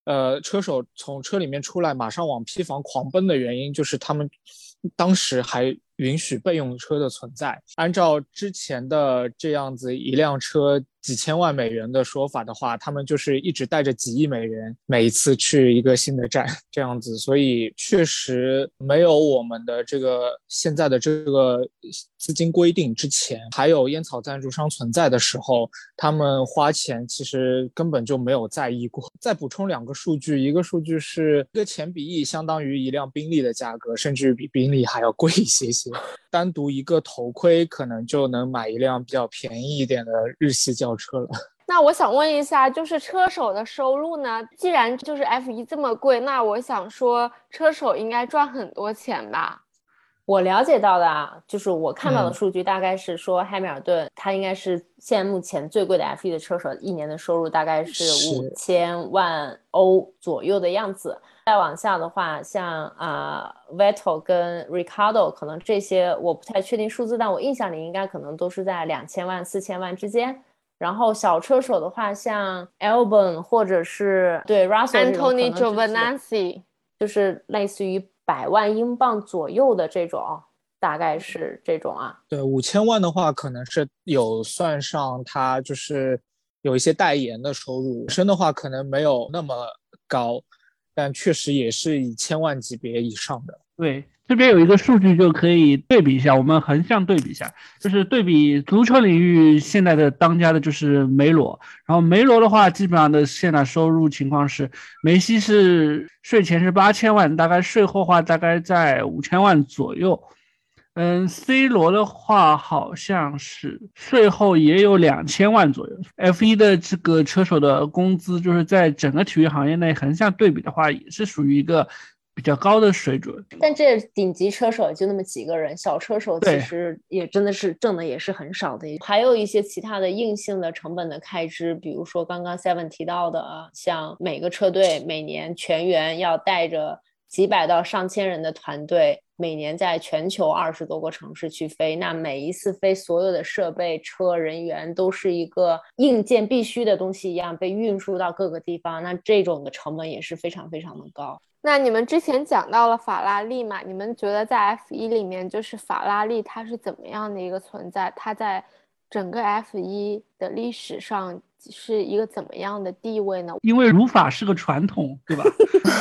呃，车手从车里面出来马上往 P 房狂奔的原因，就是他们当时还允许备用车的存在。按照之前的这样子一辆车几千万美元的说法的话，他们就是一直带着几亿美元每一次去一个新的站这样子，所以确实没有我们的这个现在的这个资金规定之前，还有烟草赞助商存在的时候，他们花钱其实根本就没有在意过。再补充两个数据，一个数据是一个钱比亿相当于一辆宾利的价格，甚至比宾利还要贵一些些。单独一个头盔可能就能买一辆比较便宜一点的日系轿车了。 那我想问一下，就是车手的收入呢？既然就是 F 一 这么贵，那我想说车手应该赚很多钱吧？ 我了解到的啊，就是我看到的数据大概是说，汉密尔顿他应该是现在目前最贵的 F 一 的车手，一年的收入大概是五千万欧左右的样子。再往下的话，像啊、呃、Vettel 跟 Ricardo 可能这些我不太确定数字，但我印象里应该可能都是在两千万四千万之间。然后小车手的话，像 Albon 或者是对 Russell Anthony Giovinazzi， 就是类似于百万英镑左右的这种，大概是这种啊。 对，五千万的话可能是有算上他就是有一些代言的收入，本身的话可能没有那么高，但确实也是以千万级别以上的。 对，这边有一个数据就可以对比一下，我们横向对比一下，就是对比足球领域现在的当家的就是梅罗，然后梅罗的话基本上的现在收入情况是，梅西是税前是八千万，大概税后话大概在五千万左右。嗯 ，C 罗的话好像是税后也有两千万左右。F 一 的这个车手的工资，就是在整个体育行业内横向对比的话，也是属于一个比较高的水准。 但这顶级车手也就那么几个人，小车手其实也真的是挣的也是很少的。还有一些其他的硬性的成本的开支，比如说刚刚 Seven 提到的，像每个车队每年全员要带着几百到上千人的团队，每年在全球二十多个城市去飞，那每一次飞所有的设备、车、人员都是一个硬件必须的东西一样被运输到各个地方，那这种的成本也是非常非常的高。 那你们之前讲到了法拉利嘛，你们觉得在 F 一 里面就是法拉利它是怎么样的一个存在，它在整个 F 一 的历史上是一个怎么样的地位呢？ 因为如法是个传统，对吧？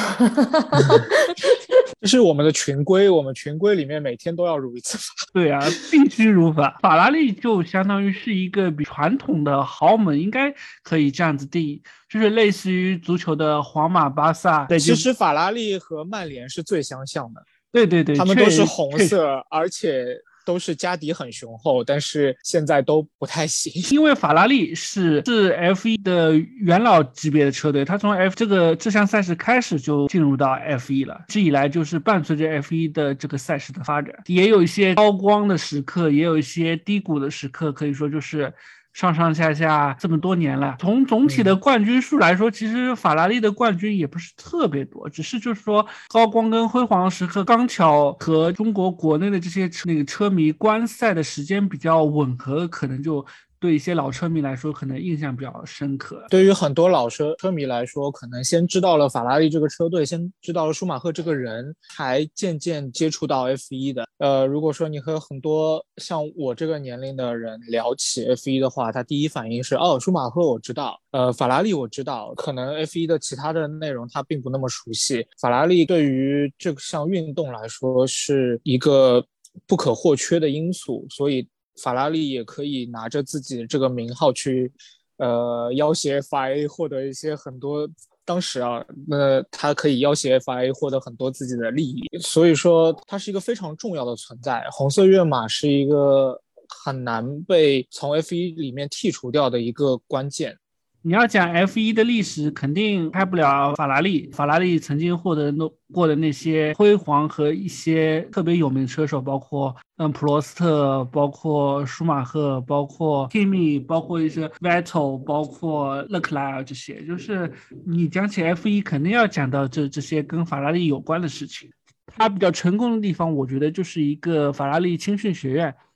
这是我们的群规，我们群规里面每天都要如一次法。 对啊，必须如法。法拉利就相当于是一个比传统的豪门，应该可以这样子定义，就是类似于足球的皇马、巴萨。对， 其实法拉利和曼联是最相像的。 对对对， 他们都是红色，而且都是家底很雄厚，但是现在都不太行。 因为法拉利是是 F 一 的元老级别的车队，它从 F 这个这项赛事开始就进入到 F 一 了，这以来就是伴随着 F 一 的这个赛事的发展，也有一些高光的时刻，也有一些低谷的时刻，可以说就是上上下下这么多年了。从总体的冠军数来说，嗯、其实法拉利的冠军也不是特别多，只是就是说高光跟辉煌时刻刚巧和中国国内的这些那个车迷观赛的时间比较吻合，可能就对一些老车迷来说可能印象比较深刻。 对于很多老车车迷来说，可能先知道了法拉利这个车队，先知道了舒马赫这个人，才渐渐接触到 F 一 的。呃，如果说你和很多像我这个年龄的人聊起 F 一 的话，他第一反应是哦，舒马赫我知道，呃，法拉利我知道，可能 F 一 的其他的内容他并不那么熟悉。法拉利对于这项运动来说是一个不可或缺的因素，所以法拉利也可以拿着自己这个名号去呃要挟 F I A 获得一些很多，当时啊那他可以要挟 F I A 获得很多自己的利益，所以说它是一个非常重要的存在。红色跃马是一个很难被从 F 一 里面剔除掉的一个关键。 你要讲 F 一 的历史，肯定开不了法拉利。法拉利曾经获得过的那些辉煌和一些特别有名的车手，包括嗯普罗斯特，包括舒马赫，包括 Kimi， 包括一些 Vettel， 包括勒克莱尔，这些就是你讲起 F 一 肯定要讲到这这些跟法拉利有关的事情。它比较成功的地方，我觉得就是一个法拉利青训学院。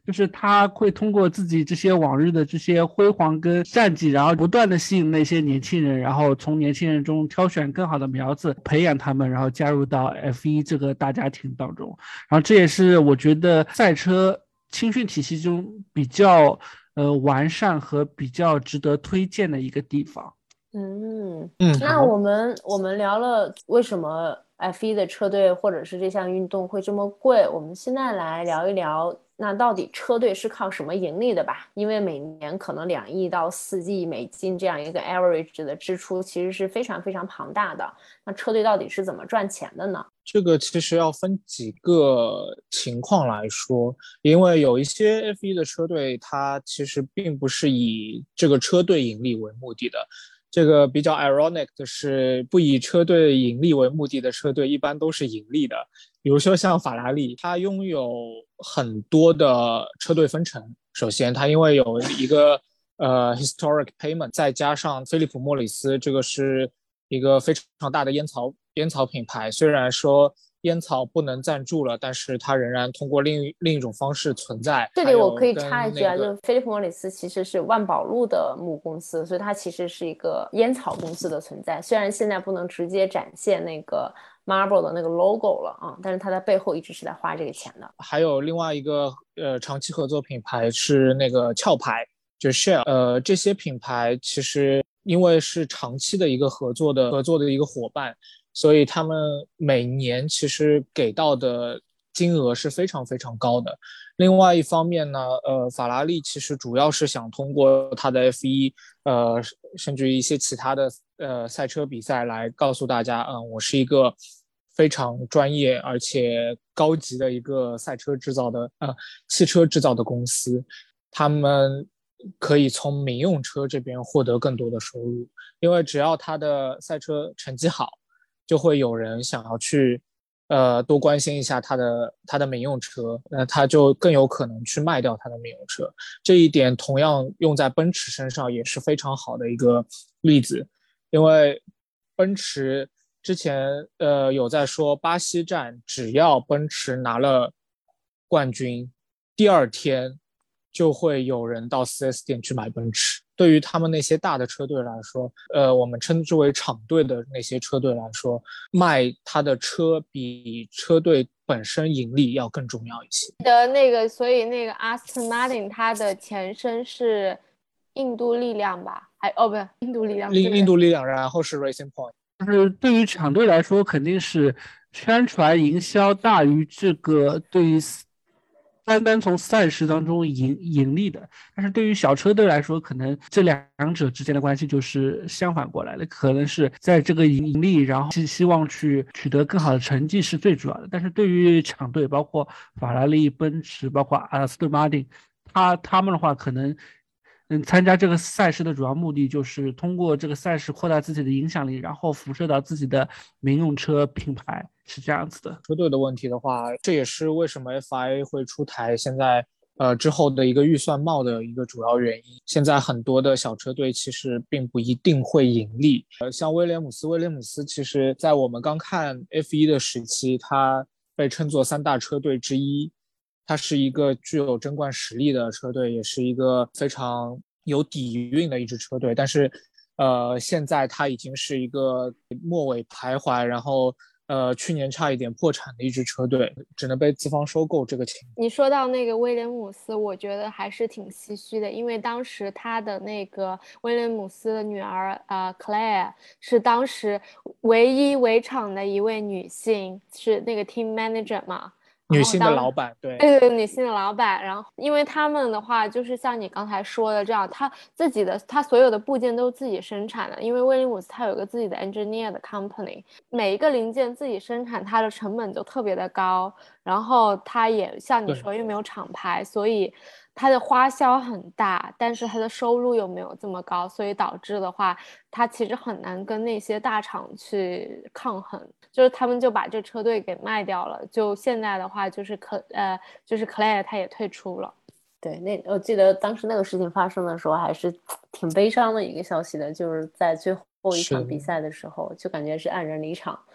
就是他会通过自己这些往日的这些辉煌跟战绩，然后不断的吸引那些年轻人，然后从年轻人中挑选更好的苗子，培养他们，然后加入到 F 一 这个大家庭当中。然后这也是我觉得赛车青训体系中比较呃完善和比较值得推荐的一个地方。 嗯嗯， 那我们我们聊了为什么 F 一 的车队或者是这项运动会这么贵，我们现在来聊一聊，那到底车队是靠什么盈利的吧？因为每年可能两亿到四亿美金这样一个 average 的支出，其实是非常非常庞大的。那车队到底是怎么赚钱的呢？ 这个其实要分几个情况来说，因为有一些 F 一 的车队，它其实并不是以这个车队盈利为目的的。这个比较 ironic 的是，不以车队盈利为目的的车队一般都是盈利的。比如说像法拉利，它拥有很多的车队分成。首先，它因为有一个呃 historic payment， 再加上菲利普莫里斯，这个是一个非常大的烟草烟草品牌。虽然说烟草不能赞助了，但是它仍然通过另另一种方式存在。 这里我可以插一句啊， 那个、 就是菲利普莫里斯其实是万宝路的母公司，所以它其实是一个烟草公司的存在。虽然现在不能直接展现那个 Marlboro 的那个 logo 了啊，但是它在背后一直是在花这个钱的。 还有另外一个呃长期合作品牌是那个壳牌，就是 Shell。呃，这些品牌其实因为是长期的一个合作的合作的一个伙伴。所以他们每年其实给到的金额是非常非常高的。另外一方面呢，呃，法拉利其实主要是想通过它的 F 一，呃，甚至于一些其他的呃赛车比赛来告诉大家，嗯，我是一个非常专业而且高级的一个赛车制造的呃汽车制造的公司，他们可以从民用车这边获得更多的收入，因为只要他的赛车成绩好，就会有人想要去，呃，多关心一下他的他的民用车，那他就更有可能去卖掉他的民用车。这一点同样用在奔驰身上也是非常好的一个例子，因为奔驰之前呃有在说巴西站，只要奔驰拿了冠军，第二天就会有人到 四 S 店去买奔驰。对于他们那些大的车队来说，呃，我们称之为厂队的那些车队来说，卖他的车比车队本身盈利要更重要一些。 的那个，所以那个 Aston Martin 它的前身是印度力量吧？还哦不，印度力量， 印印度力量，然后是 Racing Point。 就是对于厂队来说，肯定是宣传营销大于这个对于单单从赛事当中盈盈利的。但是对于小车队来说，可能这两者之间的关系就是相反过来的，可能是在这个盈利，然后是希望去取得更好的成绩是最主要的。但是对于厂队，包括法拉利、奔驰，包括阿斯顿马丁，他他们的话可能。嗯，参加这个赛事的主要目的就是通过这个赛事扩大自己的影响力，然后辐射到自己的民用车品牌，是这样子的。 车队的问题的话，这也是为什么 F I A 会出台现在呃之后的一个预算帽的一个主要原因。现在很多的小车队其实并不一定会盈利，呃，像威廉姆斯，威廉姆斯其实在我们刚看 F 一 的时期，它被称作三大车队之一。它是一个具有争冠实力的车队，也是一个非常有底蕴的一支车队。但是，呃，现在它已经是一个末尾徘徊，然后呃，去年差一点破产的一支车队，只能被资方收购这个情况。 你说到那个威廉姆斯，我觉得还是挺唏嘘的，因为当时他的那个威廉姆斯的女儿啊、呃、Claire 是当时唯一围场的一位女性，是那个 team manager 嘛。 女性的老板，对对对，女性的老板。然后，因为他们的话，就是像你刚才说的这样，他自己的他所有的部件都自己生产的。因为威廉姆斯他有一个自己的 engineer 的 company， 每一个零件自己生产，它的成本就特别的高。然后他也像你说，又没有厂牌，所以它的花销很大，但是它的收入又没有这么高，所以导致的话，它其实很难跟那些大厂去抗衡。就是他们就把这车队给卖掉了。就现在的话，就是可呃，就是 Claire 他也退出了。 对，那我记得当时那个事情发生的时候，还是挺悲伤的一个消息的，就是在最后一场比赛的时候，就感觉是黯然离场。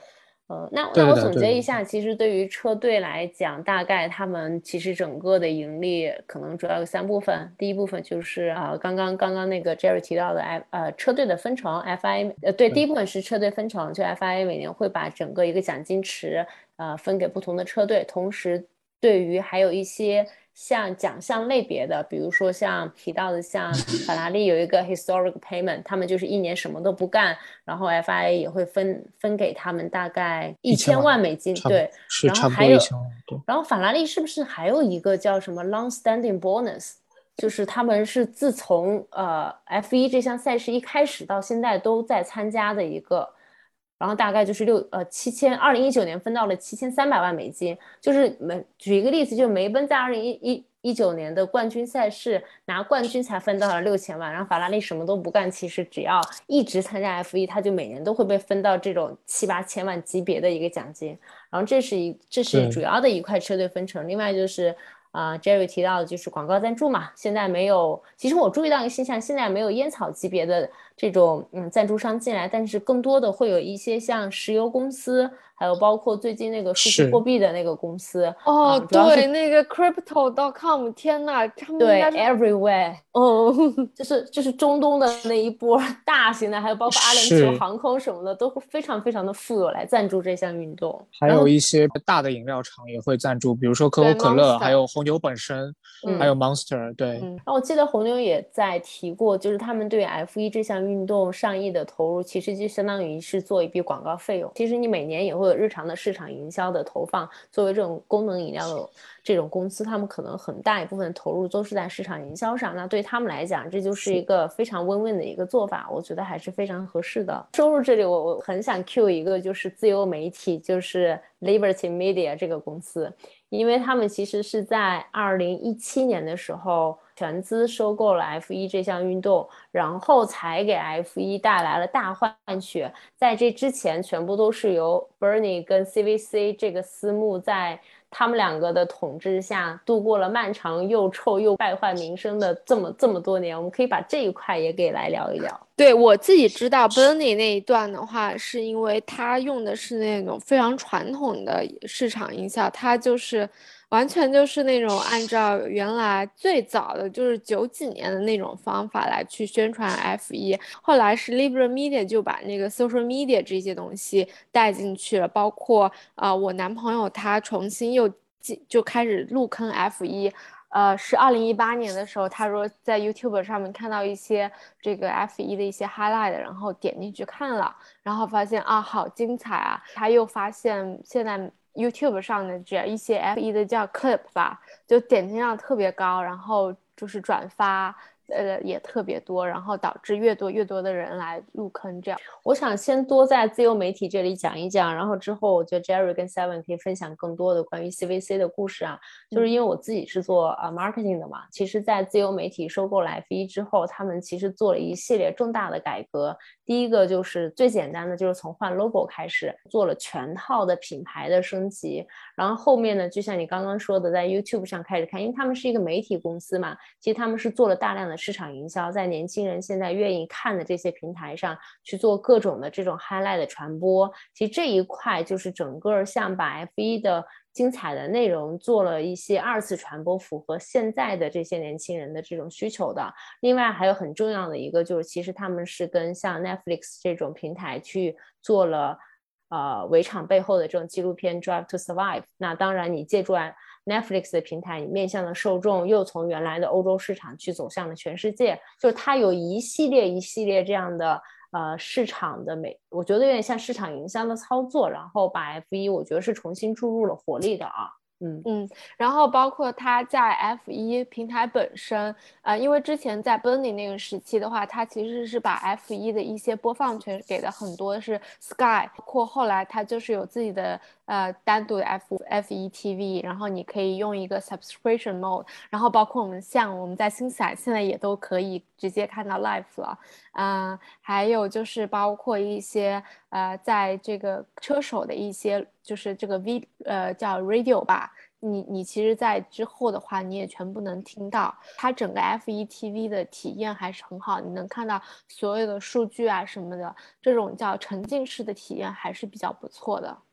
呃，那对的那我总结对的一下，其实对于车队来讲，大概他们其实整个的盈利可能主要有三部分。第一部分就是啊、呃，刚刚刚刚那个 Jerry 提到的 F 呃车队的分成 F I A 呃对，第一部分是车队分成，就 F I A 每年会把整个一个奖金池呃分给不同的车队，同时对于还有一些像奖项类别的，比如说像提到的像法拉利有一个 historic payment， 他们就是一年什么都不干，然后 F I A 也会分分给他们大概一千万美金，对， 是差不然后还有多一千万，对。 然后法拉利是不是还有一个叫什么 long standing bonus， 就是他们是自从呃 F 一 这项赛事一开始到现在都在参加的一个，然后大概就是六呃七千，二零一九年分到了七千三百万美金。就是每举一个例子，就是梅奔在二零一一九年的冠军赛事拿冠军才分到了六千万，然后法拉利什么都不干，其实只要一直参加 F 一，他就每年都会被分到这种七八千万级别的一个奖金。然后这是一这是主要的一块车队分成，另外就是啊、呃、，Jerry 提到的就是广告赞助嘛，现在没有，其实我注意到一个现象，现在没有烟草级别的这种嗯赞助商进来，但是更多的会有一些像石油公司，还有包括最近那个数字货币的那个公司哦、 呃，主要是对，那个 crypto dot com， 天呐，他们应对该是 everywhere， 哦， 就是就是中东的那一波大型的，还有包括阿联酋是航空什么的，都会非常非常的富有来赞助这项运动。 还然后有一些大的饮料厂也会赞助，比如说可对口可乐， Monster 还有红牛本身， 嗯还有 Monster。对， 嗯然后我记得红牛也在提过，就是他们对 F 一 这项运动上亿的投入，其实就相当于是做一笔广告费用。其实你每年也会有日常的市场营销的投放，作为这种功能饮料的这种公司，他们可能很大一部分投入都是在市场营销上。那对他们来讲，这就是一个非常 win-win 的一个做法，我觉得还是非常合适的。收入这里我我很想 cue 一个，就是自由媒体，就是 Liberty Media 这个公司。因为他们其实是在二零一七年的时候全资收购了 F 一 这项运动，然后才给 F 一 带来了大换血。在这之前，全部都是由 Bernie 跟 C V C 这个私募在他们两个的统治下度过了漫长又臭又败坏民生的这么这么多年。我们可以把这一块也给来聊一聊。 对，我自己知道 Bernie 那一段的话，是因为他用的是那种非常传统的市场营销，他就是完全就是那种按照原来最早的就是九几年的那种方法来去宣传 F 一。后来是 Liberty Media 就把那个 social media 这些东西带进去了，包括啊、呃，我男朋友他重新又就开始入坑 F 一。呃，是二零一八年的时候，他说在 YouTube 上面看到一些这个 F 一 的一些 highlight， 然后点进去看了，然后发现啊，好精彩啊！他又发现现在 YouTube 上的这一些 F 一 的叫 clip 吧，就点击量特别高，然后就是转发。呃，也特别多，然后导致越多越多的人来入坑。这样， 我想先多在自由媒体这里讲一讲，然后之后我觉得 Jerry 跟 Seven 可以分享更多的关于 C V C 的故事啊。就是因为我自己是做啊、uh, marketing 的嘛，其实，在自由媒体收购了 F 一 之后，他们其实做了一系列重大的改革。第一个就是最简单的，就是从换 logo 开始，做了全套的品牌的升级。然后后面呢，就像你刚刚说的，在 YouTube 上开始看，因为他们是一个媒体公司嘛，其实他们是做了大量的市场营销，在年轻人现在愿意看的这些平台上去做各种的这种 highlight 的传播。其实这一块就是整个像把 F 一 的精彩的内容做了一些二次传播，符合现在的这些年轻人的这种需求的。另外还有很重要的一个就是，其实他们是跟像 Netflix 这种平台去做了呃围场背后的这种纪录片 Drive to Survive。 那当然你借助 Netflix 的平台，你面向的受众又从原来的欧洲市场去走向了全世界，就是它有一系列一系列这样的呃市场的美，我觉得有点像市场营销的操作，然后把 F 一 我觉得是重新注入了活力的啊。嗯嗯，然后包括它在 F 一 平台本身，呃，因为之前在 Bernie 那个时期的话，它其实是把 F 一 的一些播放权给的很多是 Sky， 包括后来它就是有自己的呃单独的 F F 一 T V， 然后你可以用一个 subscription mode， 然后包括我们像我们在星赛现在也都可以直接看到 live 了，嗯、呃，还有就是包括一些呃在这个车手的一些就是这个 V 呃叫 radio 吧。你你其实在之后的话你也全部能听到，它整个 F 一 T V 的体验还是很好，你能看到所有的数据啊什么的，这种叫沉浸式的体验还是比较不错的。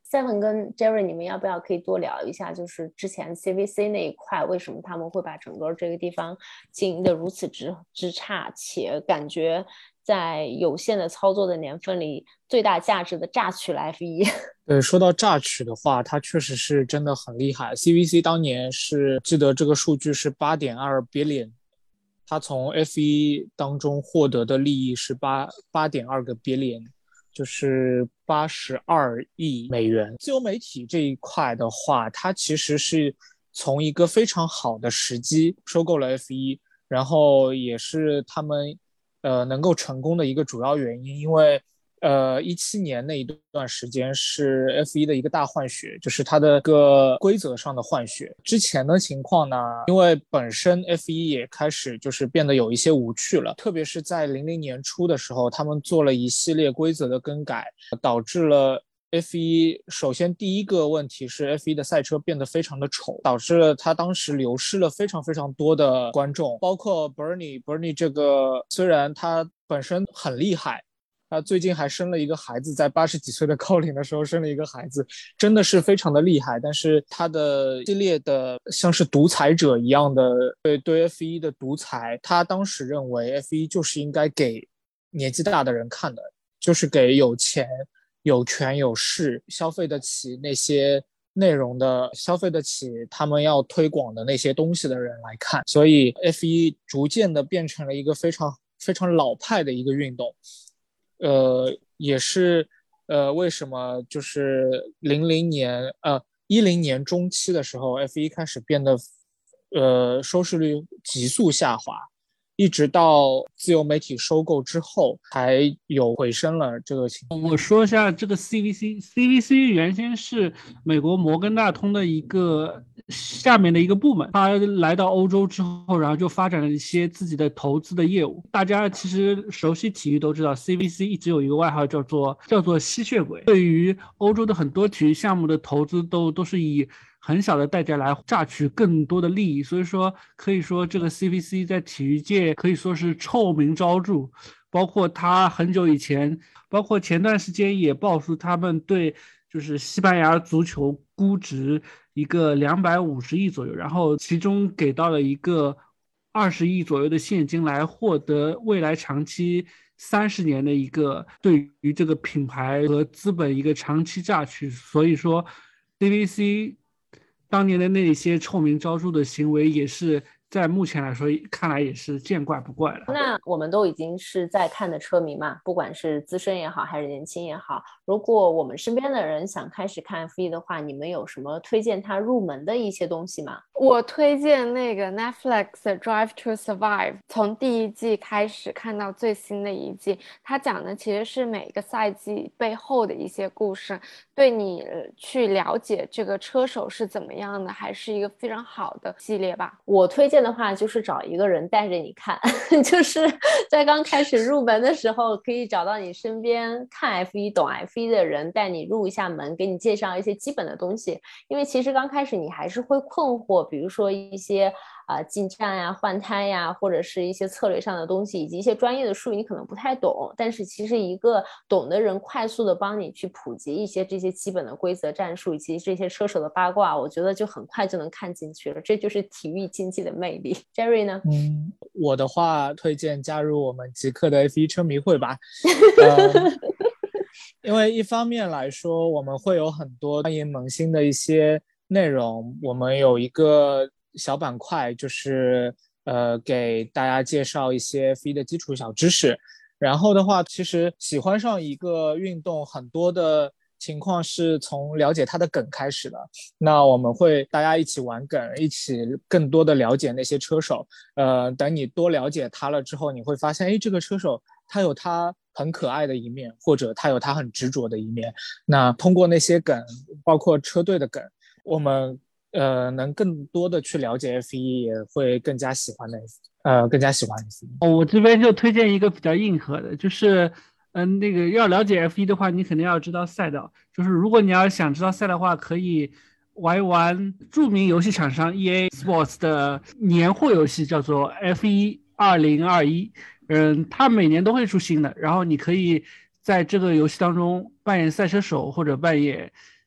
Seven 跟 Jerry 你们要不要可以多聊一下，就是之前 C V C 那一块为什么他们会把整个这个地方经营的如此之之差，且感觉在有限的操作的年份里最大价值的榨取了 F 一。 对，说到榨取的话，它确实是真的很厉害。C V C 当年是记得这个数据是 八点二 billion， 它从 F 一 当中获得的利益是 八 八点二个 billion， 就是八十二亿美元。自由媒体这一块的话，它其实是从一个非常好的时机收购了 F 一， 然后也是他们呃能够成功的一个主要原因，因为呃，一七年那一段时间是 F 一 的一个大换血，就是它的一个规则上的换血。之前的情况呢，因为本身 F 一 也开始就是变得有一些无趣了，特别是在零零年初的时候，他们做了一系列规则的更改，导致了 F 一 首先第一个问题是 F 一 的赛车变得非常的丑，导致了他当时流失了非常非常多的观众，包括 Bernie Bernie 这个虽然他本身很厉害。他最近还生了一个孩子，在八十几岁的高龄的时候生了一个孩子，真的是非常的厉害。但是他的系列的像是独裁者一样的对对 F 一 的独裁，他当时认为 F 一 就是应该给年纪大的人看的，就是给有钱、有权有势、消费得起那些内容的、消费得起他们要推广的那些东西的人来看。所以 F 一 逐渐的变成了一个非常非常老派的一个运动。呃，也是，呃，为什么就是零零年，呃，一零年中期的时候 ，F 一 开始变得，呃，收视率急速下滑，一直到自由媒体收购之后，才有回升了这个情况。 我说一下这个 C V C，C V C 原先是美国摩根大通的一个下面的一个部门，他来到欧洲之后，然后就发展了一些自己的投资的业务。大家其实熟悉体育都知道 ，C V C 一直有一个外号叫做叫做吸血鬼。对于欧洲的很多体育项目的投资都都是以很小的代价来榨取更多的利益，所以说可以说这个 C V C 在体育界可以说是臭名昭著。包括他很久以前，包括前段时间也爆出他们对就是西班牙足球估值一个两百五十亿左右，然后其中给到了一个二十亿左右的现金来获得未来长期三十年的一个对于这个品牌和资本一个长期榨取。所以说 C V C 当年的那些臭名昭著的行为也是在目前来说看来也是见怪不怪了。 那我们都已经是在看的车迷嘛，不管是资深也好还是年轻也好，如果我们身边的人想开始看 F 一 的话，你们有什么推荐他入门的一些东西吗？ 我推荐那个 Netflix 的 Drive to Survive， 从第一季开始看到最新的一季，它讲的其实是每个赛季背后的一些故事，对你去了解这个车手是怎么样的，还是一个非常好的系列吧。 我推荐的话就是找一个人带着你看，就是在刚开始入门的时候可以找到你身边看 F 一 懂 F 一 的人带你入一下门，给你介绍一些基本的东西。因为其实刚开始你还是会困惑，比如说一些啊、呃、进站呀、换胎呀，或者是一些策略上的东西，以及一些专业的术语你可能不太懂，但是其实一个懂的人快速的帮你去普及一些这些基本的规则战术以及这些车手的八卦，我觉得就很快就能看进去了，这就是体育竞技的魅力。Jerry 呢？ 嗯，我的话推荐加入我们极客的 F 一 车迷会吧。呃因为一方面来说，我们会有很多欢迎萌新的一些内容，我们有一个小板块，就是呃给大家介绍一些 F 一 的基础小知识。然后的话，其实喜欢上一个运动，很多的情况是从了解它的梗开始的。那我们会大家一起玩梗，一起更多的了解那些车手。呃，等你多了解他了之后，你会发现，哎，这个车手他有他很可爱的一面，或者他有他很执着的一面。那通过那些梗，包括车队的梗，我们呃能更多的去了解 F 一，也会更加喜欢的呃更加喜欢 F 一。 哦，我这边就推荐一个比较硬核的，就是嗯、呃，那个要了解 F 一 的话，你肯定要知道赛道。就是如果你要想知道赛道的话，可以玩一玩著名游戏厂商 E A Sports 的年货游戏，叫做 F 一 二零二一。嗯，它每年都会出新的，然后你可以在这个游戏当中扮演赛车手或者扮演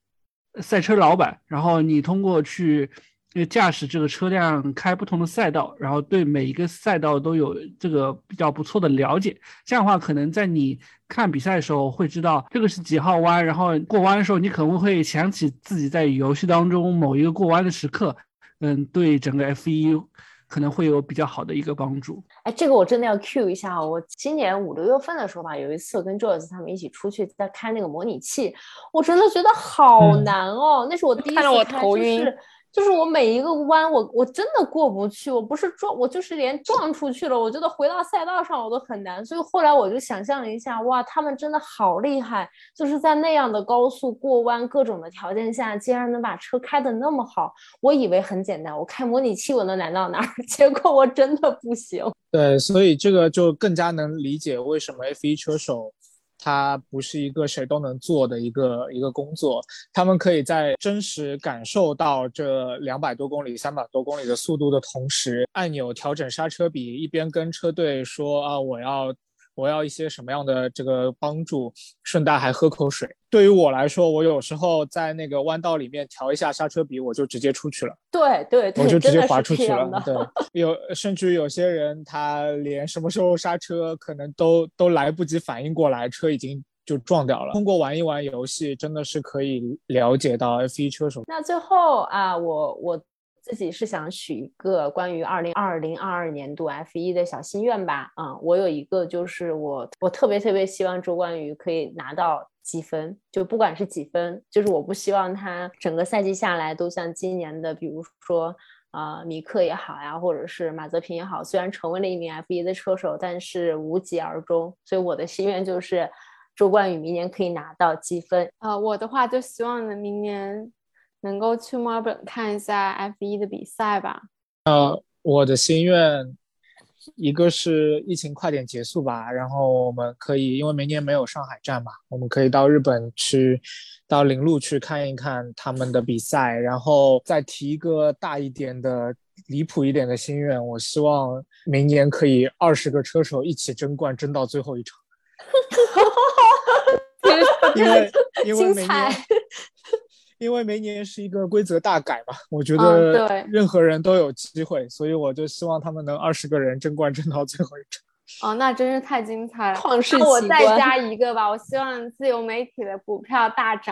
赛车老板，然后你通过去驾驶这个车辆开不同的赛道，然后对每一个赛道都有这个比较不错的了解，这样的话可能在你看比赛的时候会知道这个是几号弯，然后过弯的时候你可能会想起自己在游戏当中某一个过弯的时刻，嗯，对整个 F 一 可能会有比较好的一个帮助。 哎，这个我真的要 cue 一下，我今年五六月份的时候吧，有一次跟 Joyce 他们一起出去在开那个模拟器，我真的觉得好难哦，嗯、那是我第一次开， 看得我头晕。 就是就是我每一个弯我我真的过不去，我不是撞，我就是连撞出去了，我觉得回到赛道上我都很难。所以后来我就想象了一下，哇，他们真的好厉害，就是在那样的高速过弯各种的条件下，竟然能把车开得那么好。我以为很简单，我开模拟器我能难到哪儿，结果我真的不行。 对，所以这个就更加能理解为什么 F 一 车手它不是一个谁都能做的一个一个工作，他们可以在真实感受到这两百多公里、三百多公里的速度的同时，按钮调整刹车比，一边跟车队说啊，我要我要一些什么样的这个帮助，顺带还喝口水。对于我来说，我有时候在那个弯道里面调一下刹车比，我就直接出去了。 对对对， 我就直接滑出去了。 对， 有甚至有些人他连什么时候刹车可能都都来不及反应过来，车已经就撞掉了。通过玩一玩游戏，真的是可以了解到 F 一 车手。 那最后啊，我我自己是想许一个关于二零二零二二年度 F 一 的小心愿吧。啊、嗯，我有一个就是我我特别特别希望周冠宇可以拿到积分，就不管是几分，就是我不希望他整个赛季下来都像今年的，比如说呃，米克也好呀，或者是马泽平也好，虽然成为了一名 F 一 的车手，但是无疾而终。所以我的心愿就是周冠宇明年可以拿到积分。 呃，我的话就希望呢明年能够去墨尔本看一下 F 一 的比赛吧。 呃，我的心愿一个是疫情快点结束吧，然后我们可以，因为明年没有上海站嘛，我们可以到日本去，到铃鹿去看一看他们的比赛，然后再提一个大一点的、离谱一点的心愿，我希望明年可以二十个车手一起争冠，争到最后一场。因为因为明年。因为明年是一个规则大改嘛，我觉得任何人都有机会，嗯、所以我就希望他们能二十个人争冠争到最后一场。 哦，那真是太精彩了！ 旷世奇观。 那我再加一个吧，我希望自由媒体的股票大涨。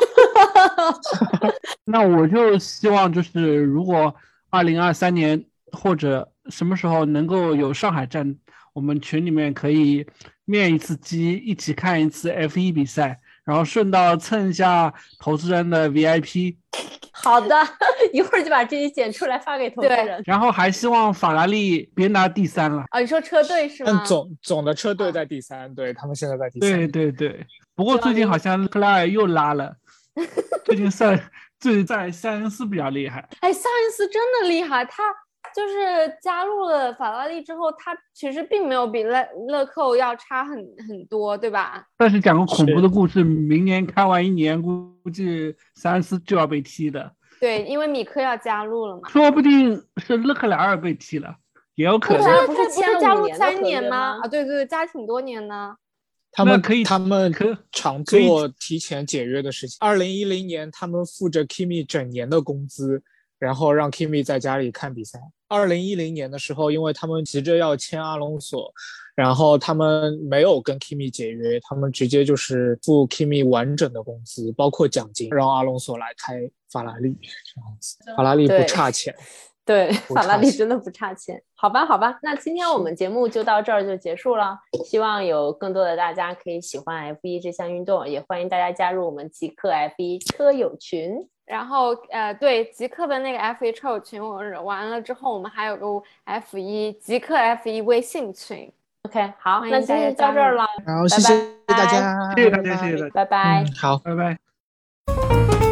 那我就希望就是如果二零二三年或者什么时候能够有上海站，我们群里面可以面一次机，一起看一次 F 一 比赛。然后顺道蹭一下投资人的 V I P。 好的，一会儿就把这些剪出来发给投资人。 然后还希望法拉利别拿第三了。 啊，你说车队是吗？ 但总总的车队在第三，啊、对他们现在在第三。 对对对，不过最近好像克莱尔又拉了，最近赛最近在塞恩斯比较厉害。 哎，塞恩斯真的厉害，他就是加入了法拉利之后，他其实并没有比勒勒寇要差很很多，对吧？ 但是讲个恐怖的故事，明年开完一年，估计塞恩斯就要被踢的。 对，因为米克要加入了嘛。 说不定是勒克莱尔被踢了，也有可能。 他不是加入三年吗？啊，对对对，加挺多年呢。 他们可以， 他们常做提前解约的事情。二零一零年，他们付着 Kimi 整年的工资，然后让 Kimi 在家里看比赛。二零一零年的时候，因为他们急着要签阿隆索，然后他们没有跟 Kimi 解约，他们直接就是付 Kimi 完整的工资，包括奖金，让阿隆索来开法拉利这样子。法拉利不差钱。 对，法拉利真的不差钱。好吧好吧，那今天我们节目就到这儿就结束了，希望有更多的大家可以喜欢 F 一 这项运动，也欢迎大家加入我们极客 F 一 车友群。 然后呃，对，极客的那个 F 一 车友群我完了之后，我们还有个 F 一 极客 F 一 微信群。 OK， 好，那今天就到这儿了。 好，谢谢大家， 谢谢大家，谢谢大家， 拜拜。 嗯，好， 拜拜。